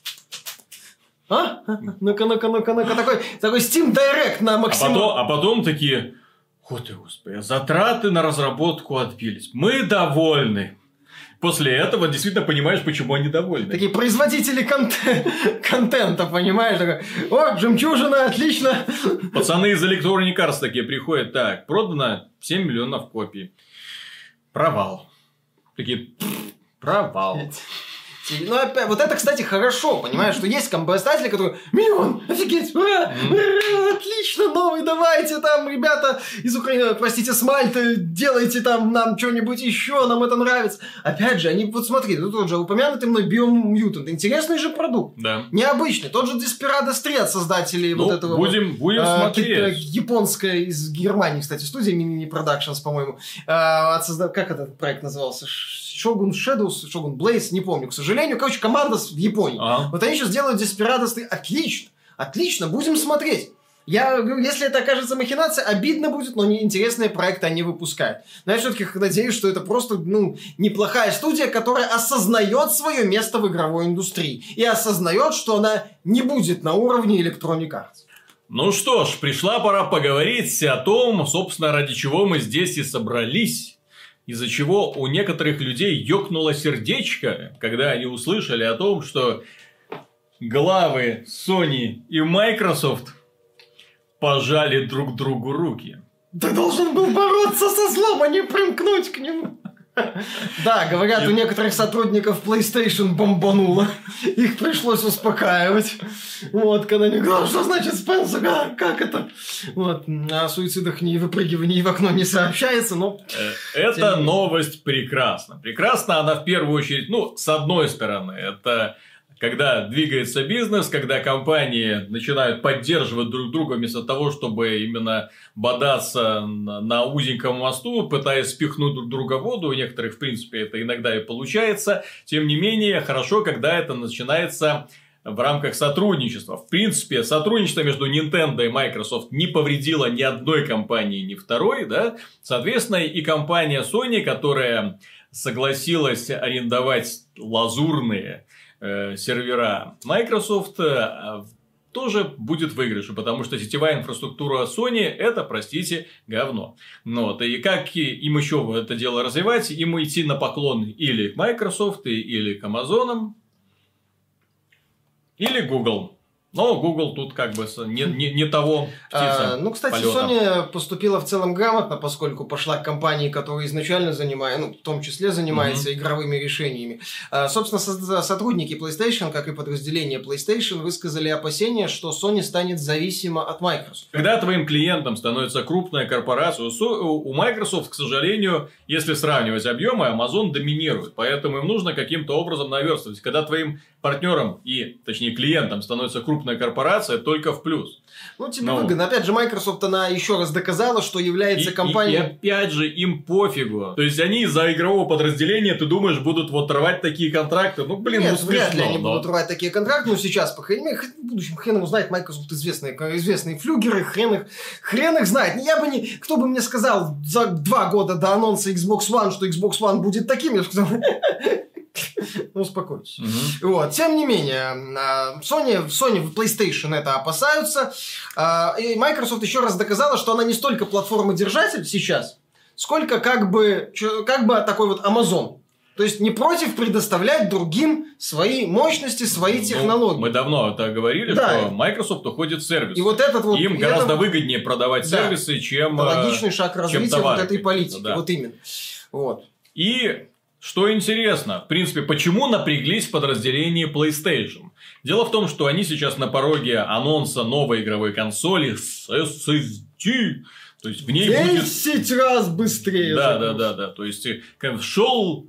Ну-ка. Такой Steam Direct на максимум. А потом такие... Господи, затраты на разработку отбились. Мы довольны. После этого действительно понимаешь, почему они довольны. Такие производители контента, понимаешь? О, жемчужина, отлично. Пацаны из Electronic Arts такие приходят. Так, продано 7 миллионов копий. Провал. Такие, провал. Ну, опять, вот это, кстати, хорошо, понимаешь, что есть компостатели, которые миллион, офигеть, ура, отлично, новый, давайте там, ребята из Украины, простите, с Мальты, делайте там нам что-нибудь еще, нам это нравится. Опять же, они, вот смотри, тут тот же упомянутый мной Biomutant, интересный же продукт, да. Необычный, тот же Desperados 3 от создателей вот этого. Будем смотреть. Японская из Германии, кстати, студия Mini Productions, по-моему, как этот проект назывался? Shogun Shadows, Shogun Blaze, не помню, к сожалению. Короче, команда в Японии. Вот они сейчас делают Desperados 3. Отлично, будем смотреть. Я говорю, если это окажется махинация, обидно будет, но интересные проекты они выпускают. Но я все-таки надеюсь, что это просто, неплохая студия, которая осознает свое место в игровой индустрии. И осознает, что она не будет на уровне Electronic Arts. Ну что ж, пришла пора поговорить о том, собственно, ради чего мы здесь и собрались. Из-за чего у некоторых людей ёкнуло сердечко, когда они услышали о том, что главы Sony и Microsoft пожали друг другу руки. Ты должен был бороться со злом, а не примкнуть к нему. Да, говорят, у некоторых сотрудников PlayStation бомбануло. Их пришлось успокаивать. Вот, когда они говорят, что значит Спенсер, как это? Вот, о суицидах и выпрыгивании в окно не сообщается, но... Эта новость прекрасна. Прекрасна она в первую очередь, с одной стороны, это... Когда двигается бизнес, когда компании начинают поддерживать друг друга вместо того, чтобы именно бодаться на узеньком мосту, пытаясь спихнуть друг друга в воду, у некоторых, в принципе, это иногда и получается. Тем не менее, хорошо, когда это начинается в рамках сотрудничества. В принципе, сотрудничество между Nintendo и Microsoft не повредило ни одной компании, ни второй, да? Соответственно, и компания Sony, которая согласилась арендовать лазурные сервера Microsoft, тоже будет выигрышем, потому что сетевая инфраструктура Sony это, простите, говно. И как им еще это дело развивать, им идти на поклон или к Microsoft, или к Amazon, или Google. Но Google тут как бы не того птица. Кстати, полета. Sony поступила в целом грамотно, поскольку пошла к компании, которая изначально в том числе занимается игровыми решениями. Собственно, сотрудники PlayStation, как и подразделение PlayStation, высказали опасения, что Sony станет зависима от Microsoft. Когда твоим клиентом становится крупная корпорация, у Microsoft, к сожалению, если сравнивать объемы, Amazon доминирует. Поэтому им нужно каким-то образом наверстывать. Когда твоим партнером точнее клиентом становится крупная крупная корпорация, только в плюс. Ну, тебе выгодно. Опять же, Microsoft, она еще раз доказала, что является компанией... И опять же, им пофигу. То есть, они из-за игрового подразделения, ты думаешь, будут вот рвать такие контракты? Ну, блин, Нет, ну смешно. Вряд ли они будут рвать такие контракты, но сейчас, по крайней мере, в будущем хрен его знает, Microsoft известные флюгеры, хрен их знает. Кто бы мне сказал за 2 года до анонса Xbox One, что Xbox One будет таким, я сказал... Ну, успокойтесь. Вот. Тем не менее, Sony в PlayStation это опасаются. И Microsoft еще раз доказала, что она не столько платформодержатель сейчас, сколько как бы такой вот Amazon. То есть, не против предоставлять другим свои мощности, свои технологии. Мы давно это говорили, что Microsoft уходит в сервис. И вот этот вот... Им гораздо выгоднее продавать сервисы, чем это логичный шаг развития вот этой политики. Да. Вот именно. Вот. И... Что интересно, в принципе, почему напряглись в подразделении PlayStation? Дело в том, что они сейчас на пороге анонса новой игровой консоли с SSD. То есть, в ней 10 раз быстрее. Да. То есть, шел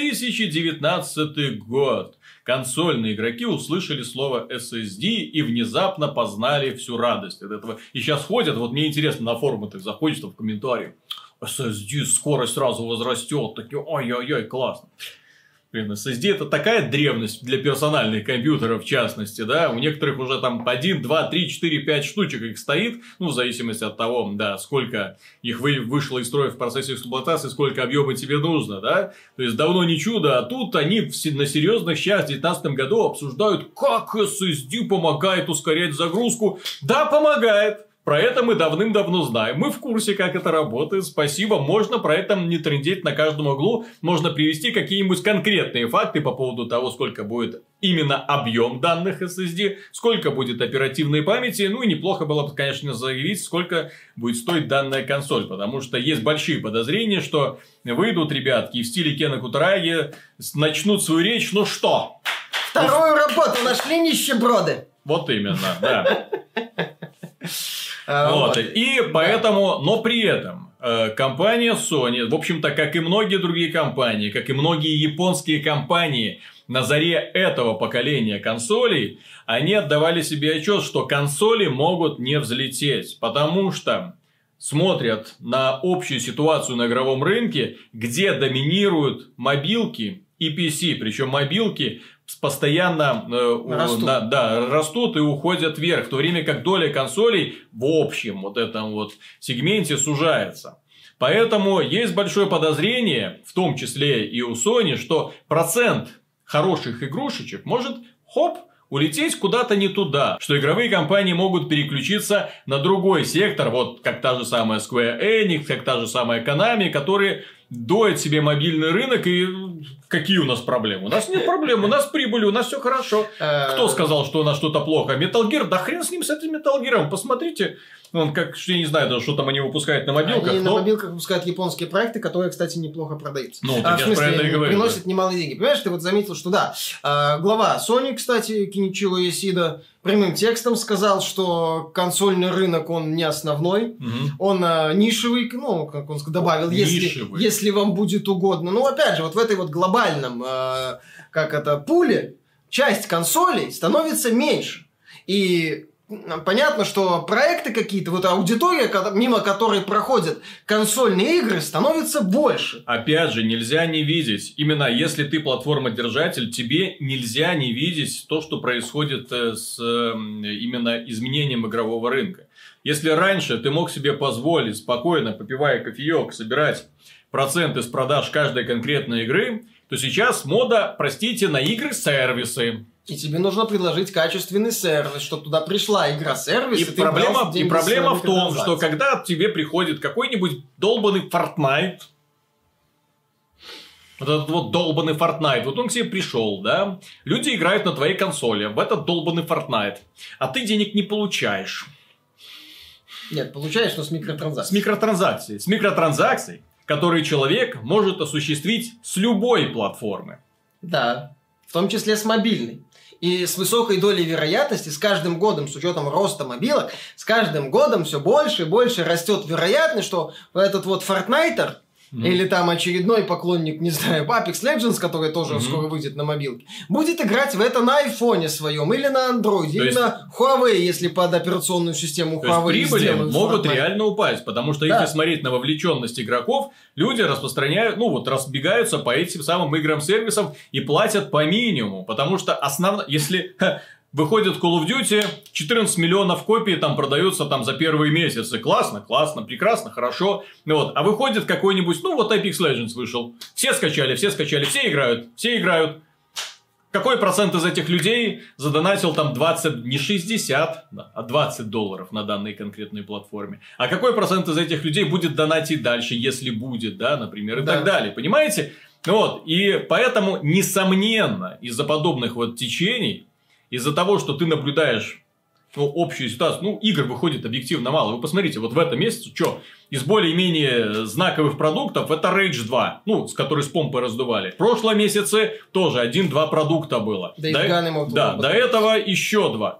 2019 год. Консольные игроки услышали слово SSD и внезапно познали всю радость от этого. И сейчас ходят, вот мне интересно, на форумы так заходишь, там в комментарии. SSD, скорость сразу возрастет. Такие, ой-ой-ой, классно. Блин, SSD это такая древность для персональных компьютеров, в частности, да. У некоторых уже там 1, 2, 3, 4, 5 штучек их стоит. Ну, в зависимости от того, да, сколько их вышло из строя в процессе эксплуатации, сколько объема тебе нужно, да. То есть, давно не чудо, а тут они на серьезных сейчас в 2019 году обсуждают, как SSD помогает ускорять загрузку. Да, помогает. Про это мы давным-давно знаем. Мы в курсе, как это работает. Спасибо. Можно про это не трындеть на каждом углу. Можно привести какие-нибудь конкретные факты по поводу того, сколько будет именно объем данных SSD, сколько будет оперативной памяти. Ну и неплохо было бы, конечно, заявить, сколько будет стоить данная консоль. Потому что есть большие подозрения, что выйдут ребятки и в стиле Кена Кутараги начнут свою речь. Ну что? Вторую работу нашли нищеброды. Вот именно, да. Вот. И поэтому, но при этом компания Sony, в общем-то, как и многие другие компании, как и многие японские компании на заре этого поколения консолей, они отдавали себе отчет, что консоли могут не взлететь, потому что смотрят на общую ситуацию на игровом рынке, где доминируют мобилки и PC, причем мобилки постоянно растут и уходят вверх, в то время как доля консолей в общем вот этом вот сегменте сужается. Поэтому есть большое подозрение, в том числе и у Sony, что процент хороших игрушечек может улететь куда-то не туда, что игровые компании могут переключиться на другой сектор, вот как та же самая Square Enix, как та же самая Konami, которые доят себе мобильный рынок, и какие у нас проблемы? У нас нет проблем, у нас прибыль, у нас все хорошо. Кто сказал, что у нас что-то плохо? Metal Gear? Да хрен с ним, с этим Metal Gear. Посмотрите, я не знаю, что там они выпускают на мобилках. Они на мобилках выпускают японские проекты, которые, кстати, неплохо продаются. Ну, так я про это и говорю. Приносят немалые деньги. Понимаешь, ты вот заметил, что да, глава Sony, кстати, Киничиро Ясида, прямым текстом сказал, что консольный рынок, он не основной, он нишевый, ну, как он добавил, если вам будет угодно. Ну, опять же, вот в этой вот глобальном, пуле, часть консолей становится меньше. И понятно, что проекты какие-то, вот аудитория, мимо которой проходят консольные игры, становится больше. Опять же, нельзя не видеть. Именно если ты платформодержатель, тебе нельзя не видеть то, что происходит с именно изменением игрового рынка. Если раньше ты мог себе позволить, спокойно попивая кофеек, собирать проценты с продаж каждой конкретной игры, то сейчас мода, простите, на игры-сервисы. И тебе нужно предложить качественный сервис, чтобы туда пришла игра-сервис. И проблема в том, что когда тебе приходит какой-нибудь долбанный Fortnite, вот этот вот долбанный Fortnite, вот он к тебе пришел, да, люди играют на твоей консоли в этот долбанный Fortnite, а ты денег не получаешь. Нет, получаешь, но с микротранзакцией. С микротранзакцией, которые человек может осуществить с любой платформы. Да, в том числе с мобильной. И с высокой долей вероятности, с каждым годом, с учетом роста мобилок, с каждым годом все больше и больше растет вероятность, что этот вот Fortniter или там очередной поклонник, не знаю, Apex Legends, который тоже скоро выйдет на мобилке, будет играть в это на айфоне своем, или на андроиде, или на Huawei, если под операционную систему Huawei. То есть прибыли могут реально упасть, потому что если смотреть на вовлеченность игроков, люди распространяют, разбегаются по этим самым играм-сервисам и платят по минимуму, потому что если выходит Call of Duty, 14 миллионов копий там продаются там за первые месяцы. Классно, прекрасно, хорошо. А выходит какой-нибудь, Apex Legends вышел. Все скачали, все играют. Какой процент из этих людей задонатил там 20, не 60, а $20 на данной конкретной платформе? А какой процент из этих людей будет донатить дальше, если будет, например, и так далее? Понимаете? И поэтому, несомненно, из-за подобных течений, из-за того, что ты наблюдаешь общую ситуацию, игр выходит объективно мало. Вы посмотрите, в этом месяце, из более-менее знаковых продуктов, это Rage 2, с которой с помпой раздували. В прошлом месяце тоже 1-2 продукта было. До этого еще 2.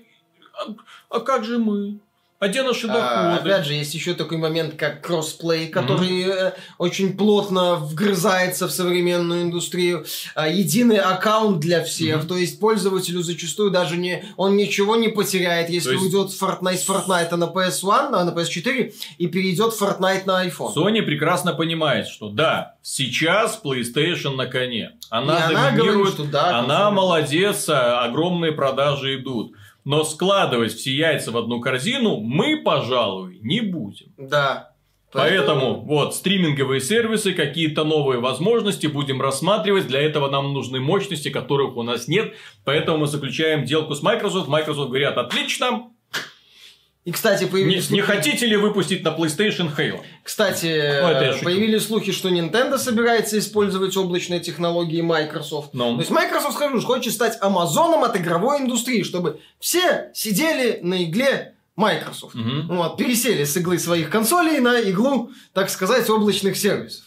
А как же мы? А где наши доходы? Опять же, есть еще такой момент, как кроссплей, который очень плотно вгрызается в современную индустрию. Единый аккаунт для всех. То есть пользователю зачастую даже он ничего не потеряет, если уйдет из Fortnite на PS1, на PS4 и перейдет Fortnite на iPhone. Sony прекрасно понимает, что сейчас PlayStation на коне. Она доминирует, говорит, что она молодец, огромные продажи идут. Но складывать все яйца в одну корзину мы, пожалуй, не будем. Да. Поэтому стриминговые сервисы, какие-то новые возможности будем рассматривать. Для этого нам нужны мощности, которых у нас нет. Поэтому мы заключаем сделку с Microsoft. Microsoft говорят: отлично. И, кстати, появились не хотите ли выпустить на PlayStation Halo? Кстати, появились слухи, что Nintendo собирается использовать облачные технологии Microsoft. То есть Microsoft, хочет стать Амазоном от игровой индустрии, чтобы все сидели на игле Microsoft. Пересели с иглы своих консолей на иглу, так сказать, облачных сервисов.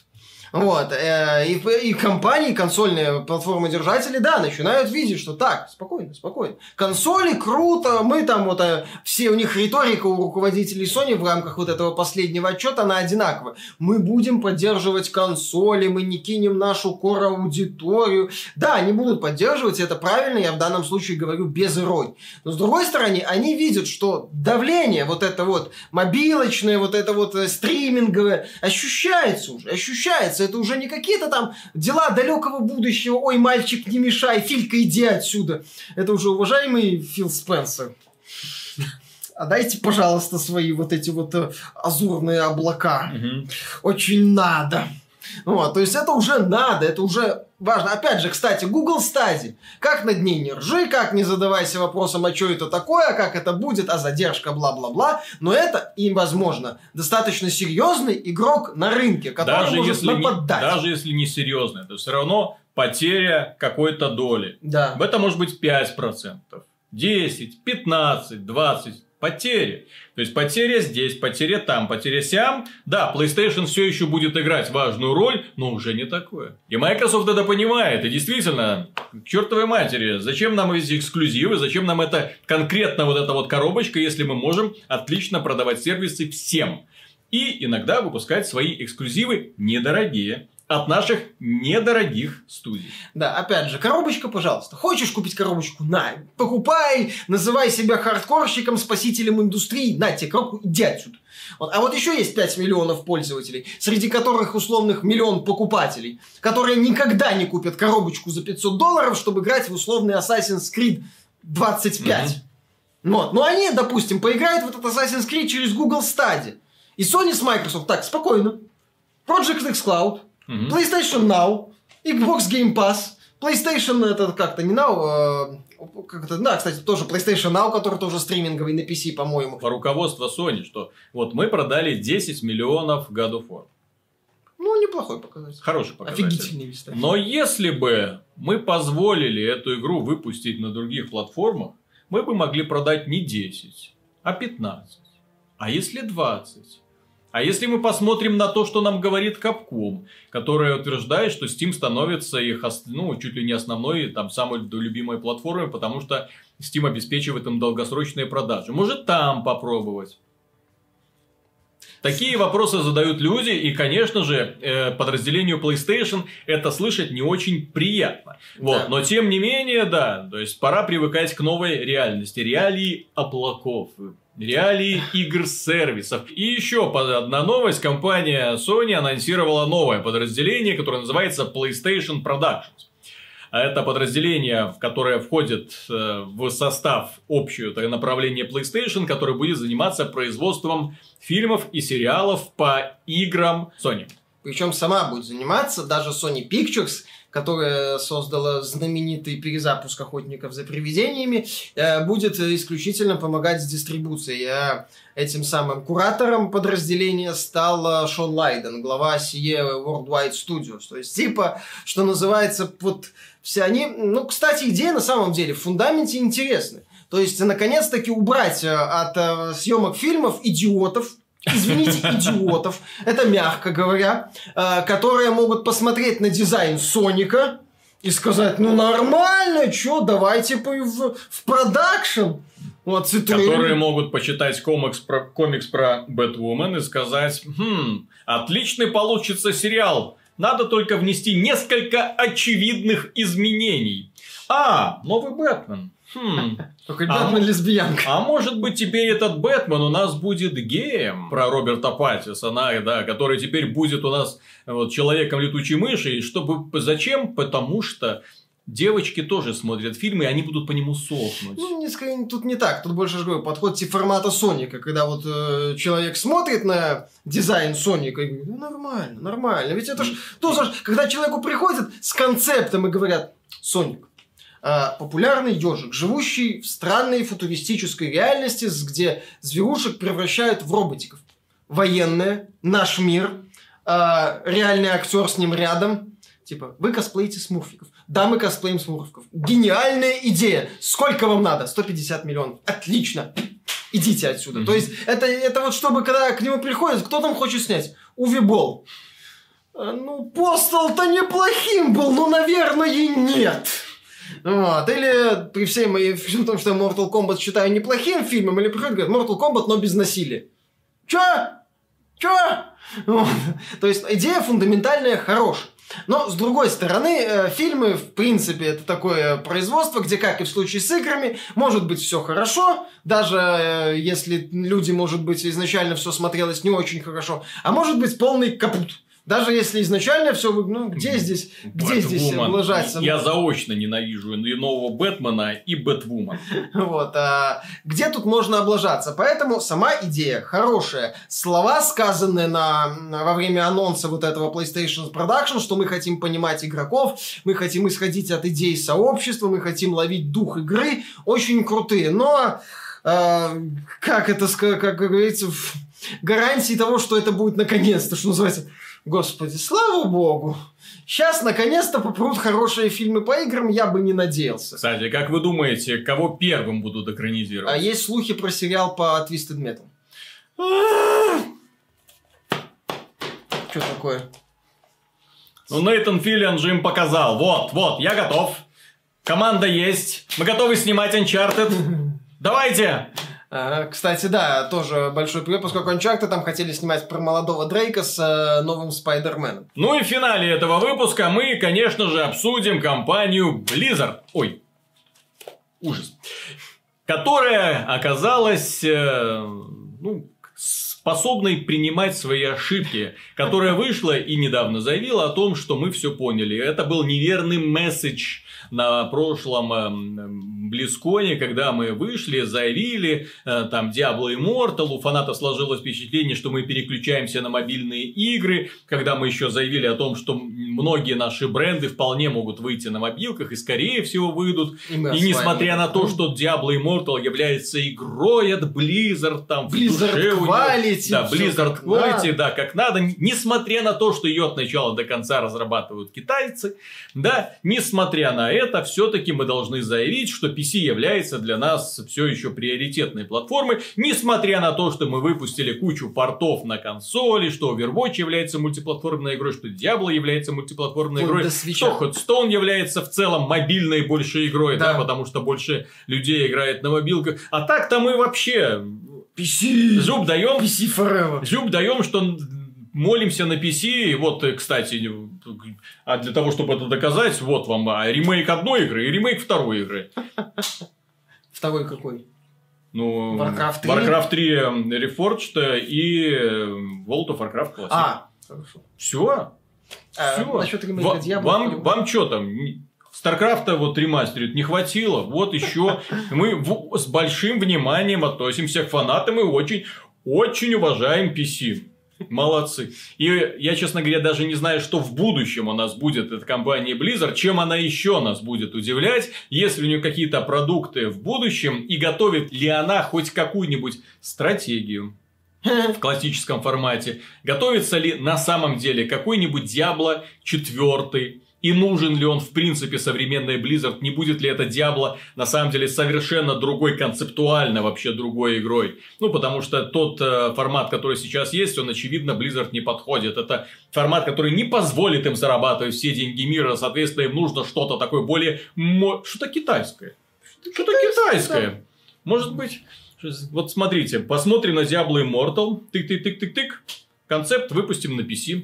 И компании, консольные платформодержатели, начинают видеть, что спокойно. Консоли круто, мы там все, у них риторика у руководителей Sony в рамках этого последнего отчета, она одинаковая. Мы будем поддерживать консоли, мы не кинем нашу core-аудиторию. Да, они будут поддерживать, это правильно, я в данном случае говорю без иронии. Но с другой стороны, они видят, что давление мобилочное, стриминговое ощущается. Это уже не какие-то там дела далекого будущего. Ой, мальчик, не мешай, Филька, иди отсюда. Это уже уважаемый Фил Спенсер. А дайте, пожалуйста, свои эти азурные облака. Очень надо. То есть это уже надо, это уже важно. Опять же, кстати, Google Stadia. Как над ней не ржи, как не задавайся вопросом, а что это такое, как это будет, а задержка, бла-бла-бла. Но это, и, возможно, достаточно серьезный игрок на рынке, который может нападать. Даже если не серьезный, то все равно потеря какой-то доли. Да. Это может быть 5%, 10, 15, 20%. Потери. То есть потеря здесь, потеря там, потеря сям. Да, PlayStation все еще будет играть важную роль, но уже не такое. И Microsoft это понимает. И действительно, к чертовой матери, зачем нам эти эксклюзивы, зачем нам это конкретно эта коробочка, если мы можем отлично продавать сервисы всем. И иногда выпускать свои эксклюзивы недорогие. От наших недорогих студий. Да, опять же, коробочка, пожалуйста. Хочешь купить коробочку? На, покупай, называй себя хардкорщиком, спасителем индустрии. На тебе коробку, иди отсюда. А еще есть 5 миллионов пользователей, среди которых условных миллион покупателей, которые никогда не купят коробочку за $500, чтобы играть в условный Assassin's Creed 25. Но они, допустим, поиграют в этот Assassin's Creed через Google Stadia. И Sony с Microsoft так, спокойно. Project X Cloud. PlayStation Now, Xbox Game Pass, PlayStation это как-то не Now, кстати, тоже PlayStation Now, который тоже стриминговый на PC, по-моему. По руководству Sony, что мы продали 10 миллионов God of War. Неплохой показатель. Хороший показатель. Офигительный вещь. Но если бы мы позволили эту игру выпустить на других платформах, мы бы могли продать не 10, а 15. А если 20? А если мы посмотрим на то, что нам говорит Capcom, которая утверждает, что Steam становится их чуть ли не основной, самой любимой платформой, потому что Steam обеспечивает им долгосрочные продажи. Может, там попробовать? Такие вопросы задают люди, и, конечно же, подразделению PlayStation это слышать не очень приятно. Вот. Но, тем не менее, да, то есть пора привыкать к новой реальности. Реалии облаков, реалии игр-сервисов. И еще одна новость. Компания Sony анонсировала новое подразделение, которое называется PlayStation Productions. Это подразделение, которое входит в состав общего направления PlayStation, которое будет заниматься производством фильмов и сериалов по играм Sony. Причем сама будет заниматься даже Sony Pictures, которая создала знаменитый перезапуск «Охотников за привидениями», будет исключительно помогать с дистрибуцией. Этим самым куратором подразделения стал Шон Лайден, глава CE Worldwide Studios. То есть, типа, что называется, вот все они... Ну, кстати, идея на самом деле в фундаменте интересная. То есть, наконец-таки убрать от съемок фильмов идиотов, извините, идиотов, это мягко говоря, которые могут посмотреть на дизайн Соника и сказать, ну нормально, чё, давайте в продакшн. Вот, которые могут почитать комикс про Бэтвумен и сказать, отличный получится сериал, надо только внести несколько очевидных изменений. Новый Бэтмен. Только Бэтмен лесбиянка. А может быть, теперь этот Бэтмен у нас будет геем про Роберта Паттинсона, да, который теперь будет у нас вот, человеком-летучей мышей. Зачем? Потому что девочки тоже смотрят фильмы, и они будут по нему сохнуть. Ну, тут не так. Тут больше, говорю, подход типа формата Соника, когда вот человек смотрит на дизайн Соника и говорит, ну, нормально. Ведь это ж тоже, когда человеку приходят с концептом и говорят, Соник, популярный ежик, живущий в странной футуристической реальности, где зверушек превращают в роботиков. Военная, наш мир, реальный актер с ним рядом. Типа, вы косплеите смурфиков. Да, мы косплеим смурфиков. Гениальная идея. Сколько вам надо? 150 миллионов. Отлично. Идите отсюда. То есть, это вот чтобы, когда к нему приходят, кто там хочет снять? Уве Болл. Ну, Постал-то неплохим был, но, наверное, и нет. Вот. Или при всем том, что я Mortal Kombat считаю неплохим фильмом, или приходят и говорят, Mortal Kombat, но без насилия. Чё? Вот. То есть, идея фундаментальная хорошая. Но, с другой стороны, фильмы, в принципе, это такое производство, где, как и в случае с играми, может быть все хорошо, даже если люди, может быть, изначально все смотрелось не очень хорошо, а может быть полный капут. Даже если изначально все, ну, где здесь облажаться? Я заочно ненавижу и нового Бэтмена, и Бэтвумен. Вот, где тут можно облажаться? Поэтому сама идея хорошая. Слова, сказанные во время анонса вот этого PlayStation Production, что мы хотим понимать игроков, мы хотим исходить от идей сообщества, мы хотим ловить дух игры, очень крутые. Но, как говорится, гарантии того, что это будет наконец-то, что называется... Господи, слава богу. Сейчас, наконец-то, попрут хорошие фильмы по играм, я бы не надеялся. Кстати, как вы думаете, кого первым будут экранизировать? А есть слухи про сериал по Twisted Metal. Что такое? Ну, Нейтан Филлиан же им показал. Вот, я готов. Команда есть. Мы готовы снимать Uncharted. Давайте! Кстати, да, тоже большой привет, поскольку Uncharted там хотели снимать про молодого Дрейка с новым Спайдерменом. Ну и в финале этого выпуска мы, конечно же, обсудим компанию Blizzard. Ой, ужас. Которая оказалась, способной принимать свои ошибки. Которая вышла и недавно заявила о том, что мы все поняли. Это был неверный месседж на прошлом BlizzCon'е, когда мы вышли, заявили, там, Diablo Immortal, у фанатов сложилось впечатление, что мы переключаемся на мобильные игры, когда мы еще заявили о том, что многие наши бренды вполне могут выйти на мобилках и, скорее всего, выйдут. И несмотря на то, что Diablo Immortal является игрой от Blizzard, там, Blizzard Quality, да, Blizzard Quality, да, как надо, несмотря на то, что ее от начала до конца разрабатывают китайцы, да, несмотря на это, все-таки мы должны заявить, что PC является для нас все еще приоритетной платформой, несмотря на то, что мы выпустили кучу портов на консоли, что Overwatch является мультиплатформенной игрой, что Diablo является мультиплатформенной игрой, что Hearthstone является в целом мобильной больше игрой, да, потому что больше людей играет на мобилках. А так-то мы вообще... PC! Зуб даем. PC forever. Зуб даем, что молимся на PC. И вот, кстати, а для того, чтобы это доказать, вот вам ремейк одной игры и ремейк второй игры. Второй какой? Ну, Warcraft 3? Warcraft 3 Reforged и World of Warcraft Classic. Хорошо. Все. Насчет ремейка Diablo. Вам что там? Старкрафта вот ремастерит не хватило. Вот еще. Мы с большим вниманием относимся к фанатам и очень, очень уважаем PC. Молодцы. И я, честно говоря, даже не знаю, что в будущем у нас будет эта компания Blizzard, чем она еще нас будет удивлять, если у нее какие-то продукты в будущем, и готовит ли она хоть какую-нибудь стратегию в классическом формате, готовится ли на самом деле какой-нибудь Diablo 4, и нужен ли он в принципе современной Blizzard, не будет ли это Diablo на самом деле совершенно другой, концептуально вообще другой игрой. Ну, потому что тот формат, который сейчас есть, он очевидно Blizzard не подходит. Это формат, который не позволит им зарабатывать все деньги мира, соответственно, им нужно что-то такое более... Что-то китайское. Что-то китайское. Может быть... Вот смотрите, посмотрим на Diablo Immortal. Тык-тык-тык-тык-тык. Концепт выпустим на PC.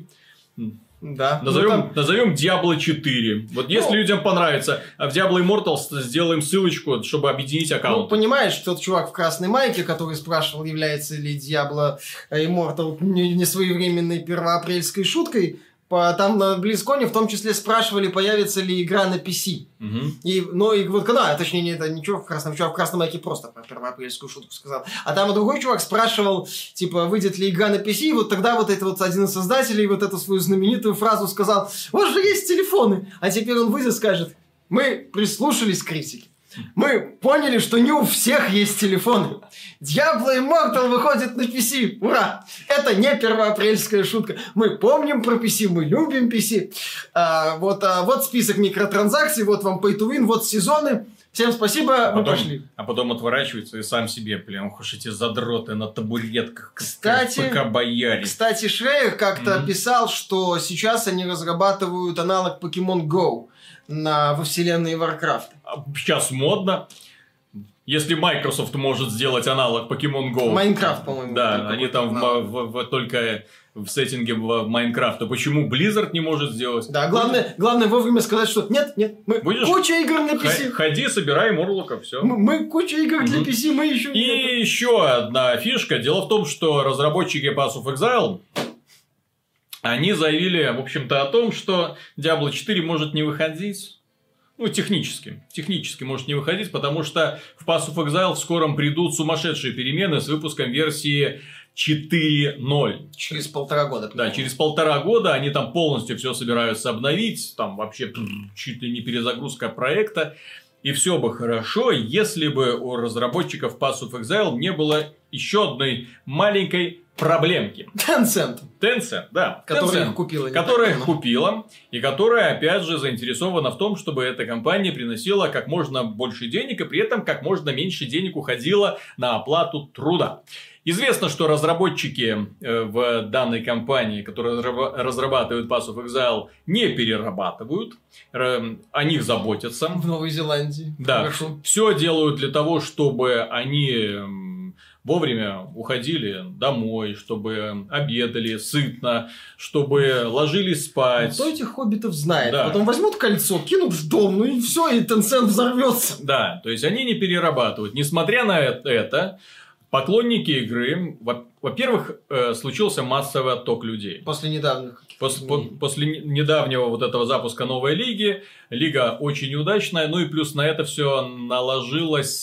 Да. Назовем Diablo 4. Вот если людям понравится, а в Diablo Immortal сделаем ссылочку, чтобы объединить аккаунт. Ну, понимаешь, тот чувак в красной майке, который спрашивал, является ли Diablo Immortal несвоевременной первоапрельской шуткой, там на BlizzCon в том числе спрашивали, появится ли игра на PC. И вот когда, точнее, это ничего, чувак в красной майке просто про первоапрельскую шутку сказал. А там другой чувак спрашивал, типа, выйдет ли игра на PC, и вот тогда вот это вот один из создателей вот эту свою знаменитую фразу сказал: вот же есть телефоны. А теперь он выйдет и скажет: мы прислушались к критике. Мы поняли, что не у всех есть телефоны. Diablo Immortal выходит на PC. Ура! Это не первоапрельская шутка. Мы помним про PC, мы любим PC. Вот список микротранзакций, вот вам pay to win, вот сезоны. Всем спасибо, мы пошли. А потом отворачивается и сам себе, ох уж эти задроты на табуретках, кстати, бояре. Кстати, Шрейер как-то писал, что сейчас они разрабатывают аналог Pokemon Go во вселенной Warcraft. Сейчас модно. Если Microsoft может сделать аналог Pokemon Go... Майнкрафт, по-моему. Да, они там только в сеттинге в Майнкрафт. То почему Blizzard не может сделать? Да, главное вовремя сказать, что нет, мы куча игр на PC. Ходи, собирай Морлока, все. Мы куча игр для PC, мы еще... И еще одна фишка. Дело в том, что разработчики Path of Exile... Они заявили, в общем-то, о том, что Diablo 4 может не выходить. Ну, технически может не выходить, потому что в Path of Exile в скором придут сумасшедшие перемены с выпуском версии 4.0. Через 1,5 года. Да, через 1,5 года они там полностью все собираются обновить. Там вообще чуть ли не перезагрузка проекта. И все бы хорошо, если бы у разработчиков Path of Exile не было еще одной маленькой проблемки. Tencent, да. Которая их купила. Которая их купила. И которая, опять же, заинтересована в том, чтобы эта компания приносила как можно больше денег, и при этом как можно меньше денег уходило на оплату труда. Известно, что разработчики в данной компании, которые разрабатывают Path of Exile, не перерабатывают. О них заботятся. В Новой Зеландии. Да. Хорошо. Все делают для того, чтобы они вовремя уходили домой, чтобы обедали сытно, чтобы ложились спать. Кто этих хоббитов знает? Да. Потом возьмут кольцо, кинут в дом, ну и все, и Tencent взорвется. Да, то есть они не перерабатывают. Несмотря на это, поклонники игры, во-первых, случился массовый отток людей. После недавних. После недавнего вот этого запуска новой лиги, лига очень неудачная, ну и плюс на это все наложилось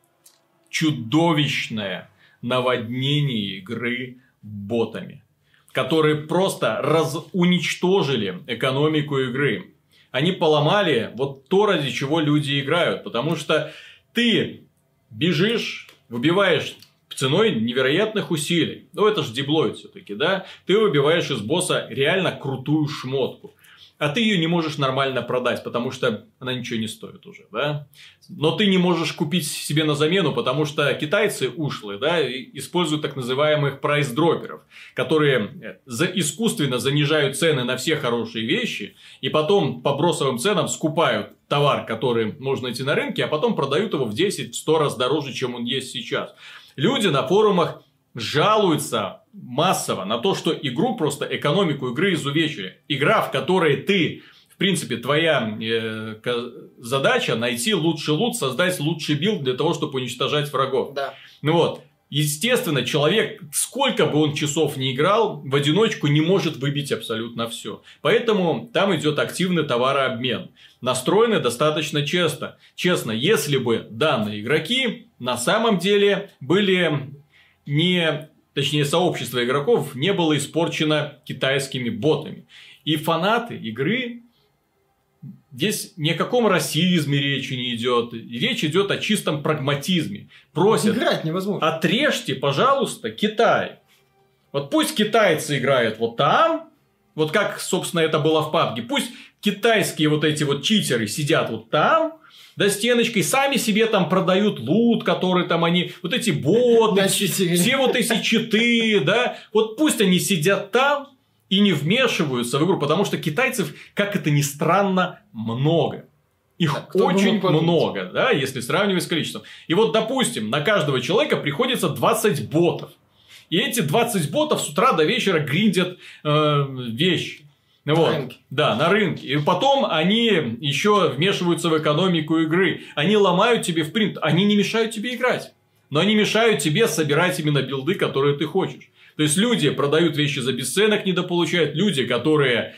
чудовищное наводнение игры ботами, которые просто уничтожили экономику игры. Они поломали вот то, ради чего люди играют, потому что ты бежишь, выбиваешь ценой невероятных усилий. Ну, это же диблоид все-таки, да? Ты выбиваешь из босса реально крутую шмотку. А ты ее не можешь нормально продать, потому что она ничего не стоит уже, да? Но ты не можешь купить себе на замену, потому что китайцы ушлые, да, используют так называемых прайс-дроперов, которые искусственно занижают цены на все хорошие вещи, и потом по бросовым ценам скупают товар, который можно найти на рынке, а потом продают его в 10-100 раз дороже, чем он есть сейчас. Люди на форумах жалуются массово на то, что игру, просто экономику игры изувечили. Игра, в которой ты, в принципе, твоя задача найти лучший лут, создать лучший билд для того, чтобы уничтожать врагов. Да. Ну вот. Естественно, человек, сколько бы он часов не играл, в одиночку не может выбить абсолютно все. Поэтому там идет активный товарообмен. Настроены достаточно честно. Честно, если бы данные игроки на самом деле были не... Точнее, сообщество игроков не было испорчено китайскими ботами. И фанаты игры... Здесь ни о каком расизме речи не идет. Речь идет о чистом прагматизме. Просят, играть невозможно. Отрежьте, пожалуйста, Китай. Вот пусть китайцы играют вот там, вот как, собственно, это было в PUBG. Пусть китайские вот эти вот читеры сидят вот там, до стеночкой, сами себе там продают лут, который там они, вот эти боты, все вот эти читы, да. Вот пусть они сидят там и не вмешиваются в игру, потому что китайцев, как это ни странно, много. Их очень много, да, если сравнивать с количеством. И вот, допустим, на каждого человека приходится 20 ботов. И эти 20 ботов с утра до вечера гриндят вещи. Вот. На рынке. Да, на рынке. И потом они еще вмешиваются в экономику игры. Они ломают тебе в принт. Они не мешают тебе играть. Но они мешают тебе собирать именно билды, которые ты хочешь. То есть люди продают вещи за бесценок, недополучают. Люди, которые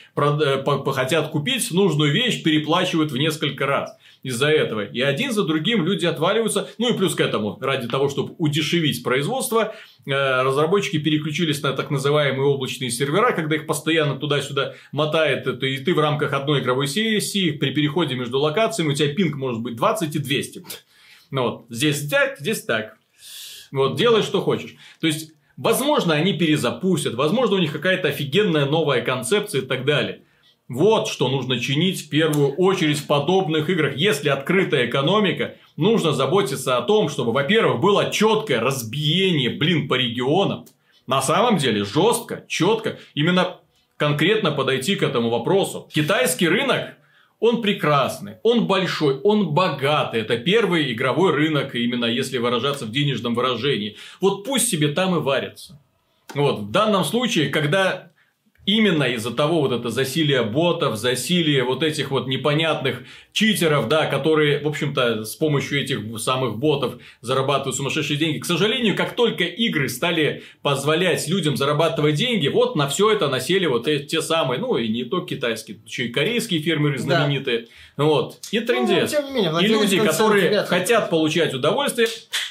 хотят купить нужную вещь, переплачивают в несколько раз из-за этого. И один за другим люди отваливаются. Ну и плюс к этому, ради того, чтобы удешевить производство, разработчики переключились на так называемые облачные сервера, когда их постоянно туда-сюда мотает. И ты в рамках одной игровой сессии при переходе между локациями у тебя пинг может быть 20 и 200. Ну вот, здесь так, здесь так. Вот, делай, что хочешь. То есть, возможно, они перезапустят, возможно, у них какая-то офигенная новая концепция и так далее. Вот что нужно чинить в первую очередь в подобных играх. Если открытая экономика, нужно заботиться о том, чтобы, во-первых, было четкое разбиение, по регионам. На самом деле, жестко, четко, именно конкретно подойти к этому вопросу. Китайский рынок, он прекрасный, он большой, он богатый. Это первый игровой рынок, именно если выражаться в денежном выражении. Вот пусть себе там и варятся. Вот, в данном случае, когда именно из-за того вот это засилие ботов, засилие вот этих вот непонятных читеров, да, которые, в общем-то, с помощью этих самых ботов зарабатывают сумасшедшие деньги. К сожалению, как только игры стали позволять людям зарабатывать деньги, вот на все это насели вот те самые, ну и не только китайские, еще и корейские фермеры знаменитые. Да. Вот. И трындец. Ну, тем не менее, и люди, которые хотят получать удовольствие.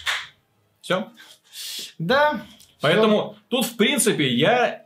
Все. Да. Поэтому тут, в принципе, я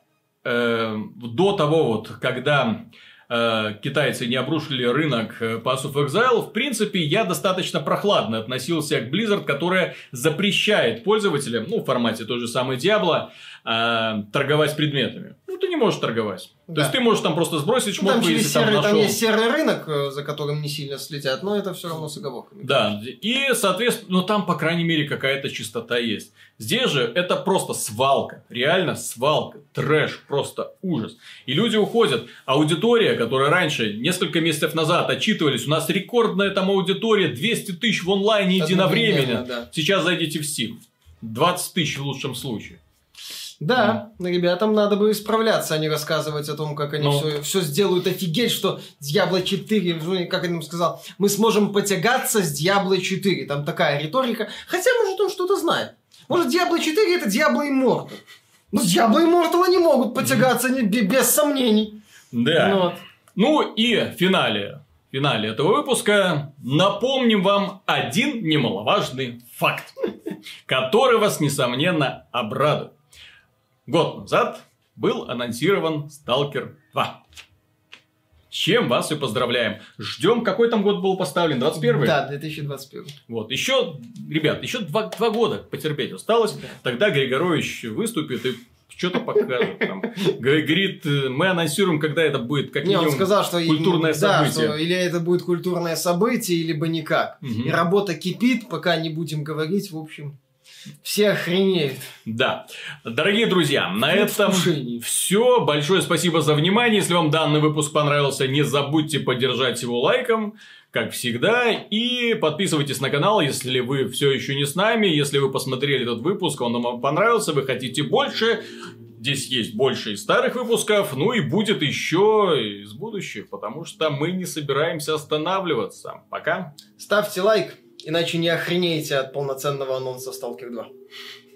до того, вот, когда китайцы не обрушили рынок Pass of Exile, в принципе, я достаточно прохладно относился к Blizzard, которая запрещает пользователям, ну, в формате той же самой Diablo, торговать предметами. Ну, ты не можешь торговать. Да. То есть, ты можешь там просто сбросить шмотку, если там нашел. Там есть серый рынок, за которым не сильно слетят, но это все равно с оговорками. Да, и, соответственно, ну, там, по крайней мере, какая-то чистота есть. Здесь же это просто свалка, реально свалка, трэш, просто ужас. И люди уходят. Аудитория, которая раньше, несколько месяцев назад отчитывались, у нас рекордная там аудитория, 200 тысяч в онлайне единовременно. Да. Сейчас зайдите в Steam, 20 тысяч в лучшем случае. Да, ребятам надо бы исправляться, а не рассказывать о том, как они все сделают. Офигеть, что Diablo 4, как я им сказал, мы сможем потягаться с Diablo 4. Там такая риторика. Хотя, может, он что-то знает. Может, Diablo 4 это Diablo Immortal. Но с Diablo Immortal они могут потягаться без сомнений. Да. Вот. Ну и в финале этого выпуска напомним вам один немаловажный факт, который вас, несомненно, обрадует. Год назад был анонсирован Stalker 2. С чем вас и поздравляем. Ждем, какой там год был поставлен? 21-й? Да, 2021. Вот, еще, ребят, еще 2 года потерпеть осталось. Да. Тогда Григорович выступит и что-то покажет. Там. Говорит, мы анонсируем, когда это будет, как минимум, он сказал, что культурное событие. Что или это будет культурное событие, либо никак. Угу. И работа кипит, пока не будем говорить, в общем... Все охренеют. Да. Дорогие друзья, на этом все. Большое спасибо за внимание. Если вам данный выпуск понравился, не забудьте поддержать его лайком. как всегда. И подписывайтесь на канал, если вы все еще не с нами. Если вы посмотрели этот выпуск, он вам понравился, вы хотите больше. Здесь есть больше из старых выпусков, ну и будет еще из будущих, потому что мы не собираемся останавливаться. Пока. Ставьте лайк, иначе не охренеете от полноценного анонса Stalker 2.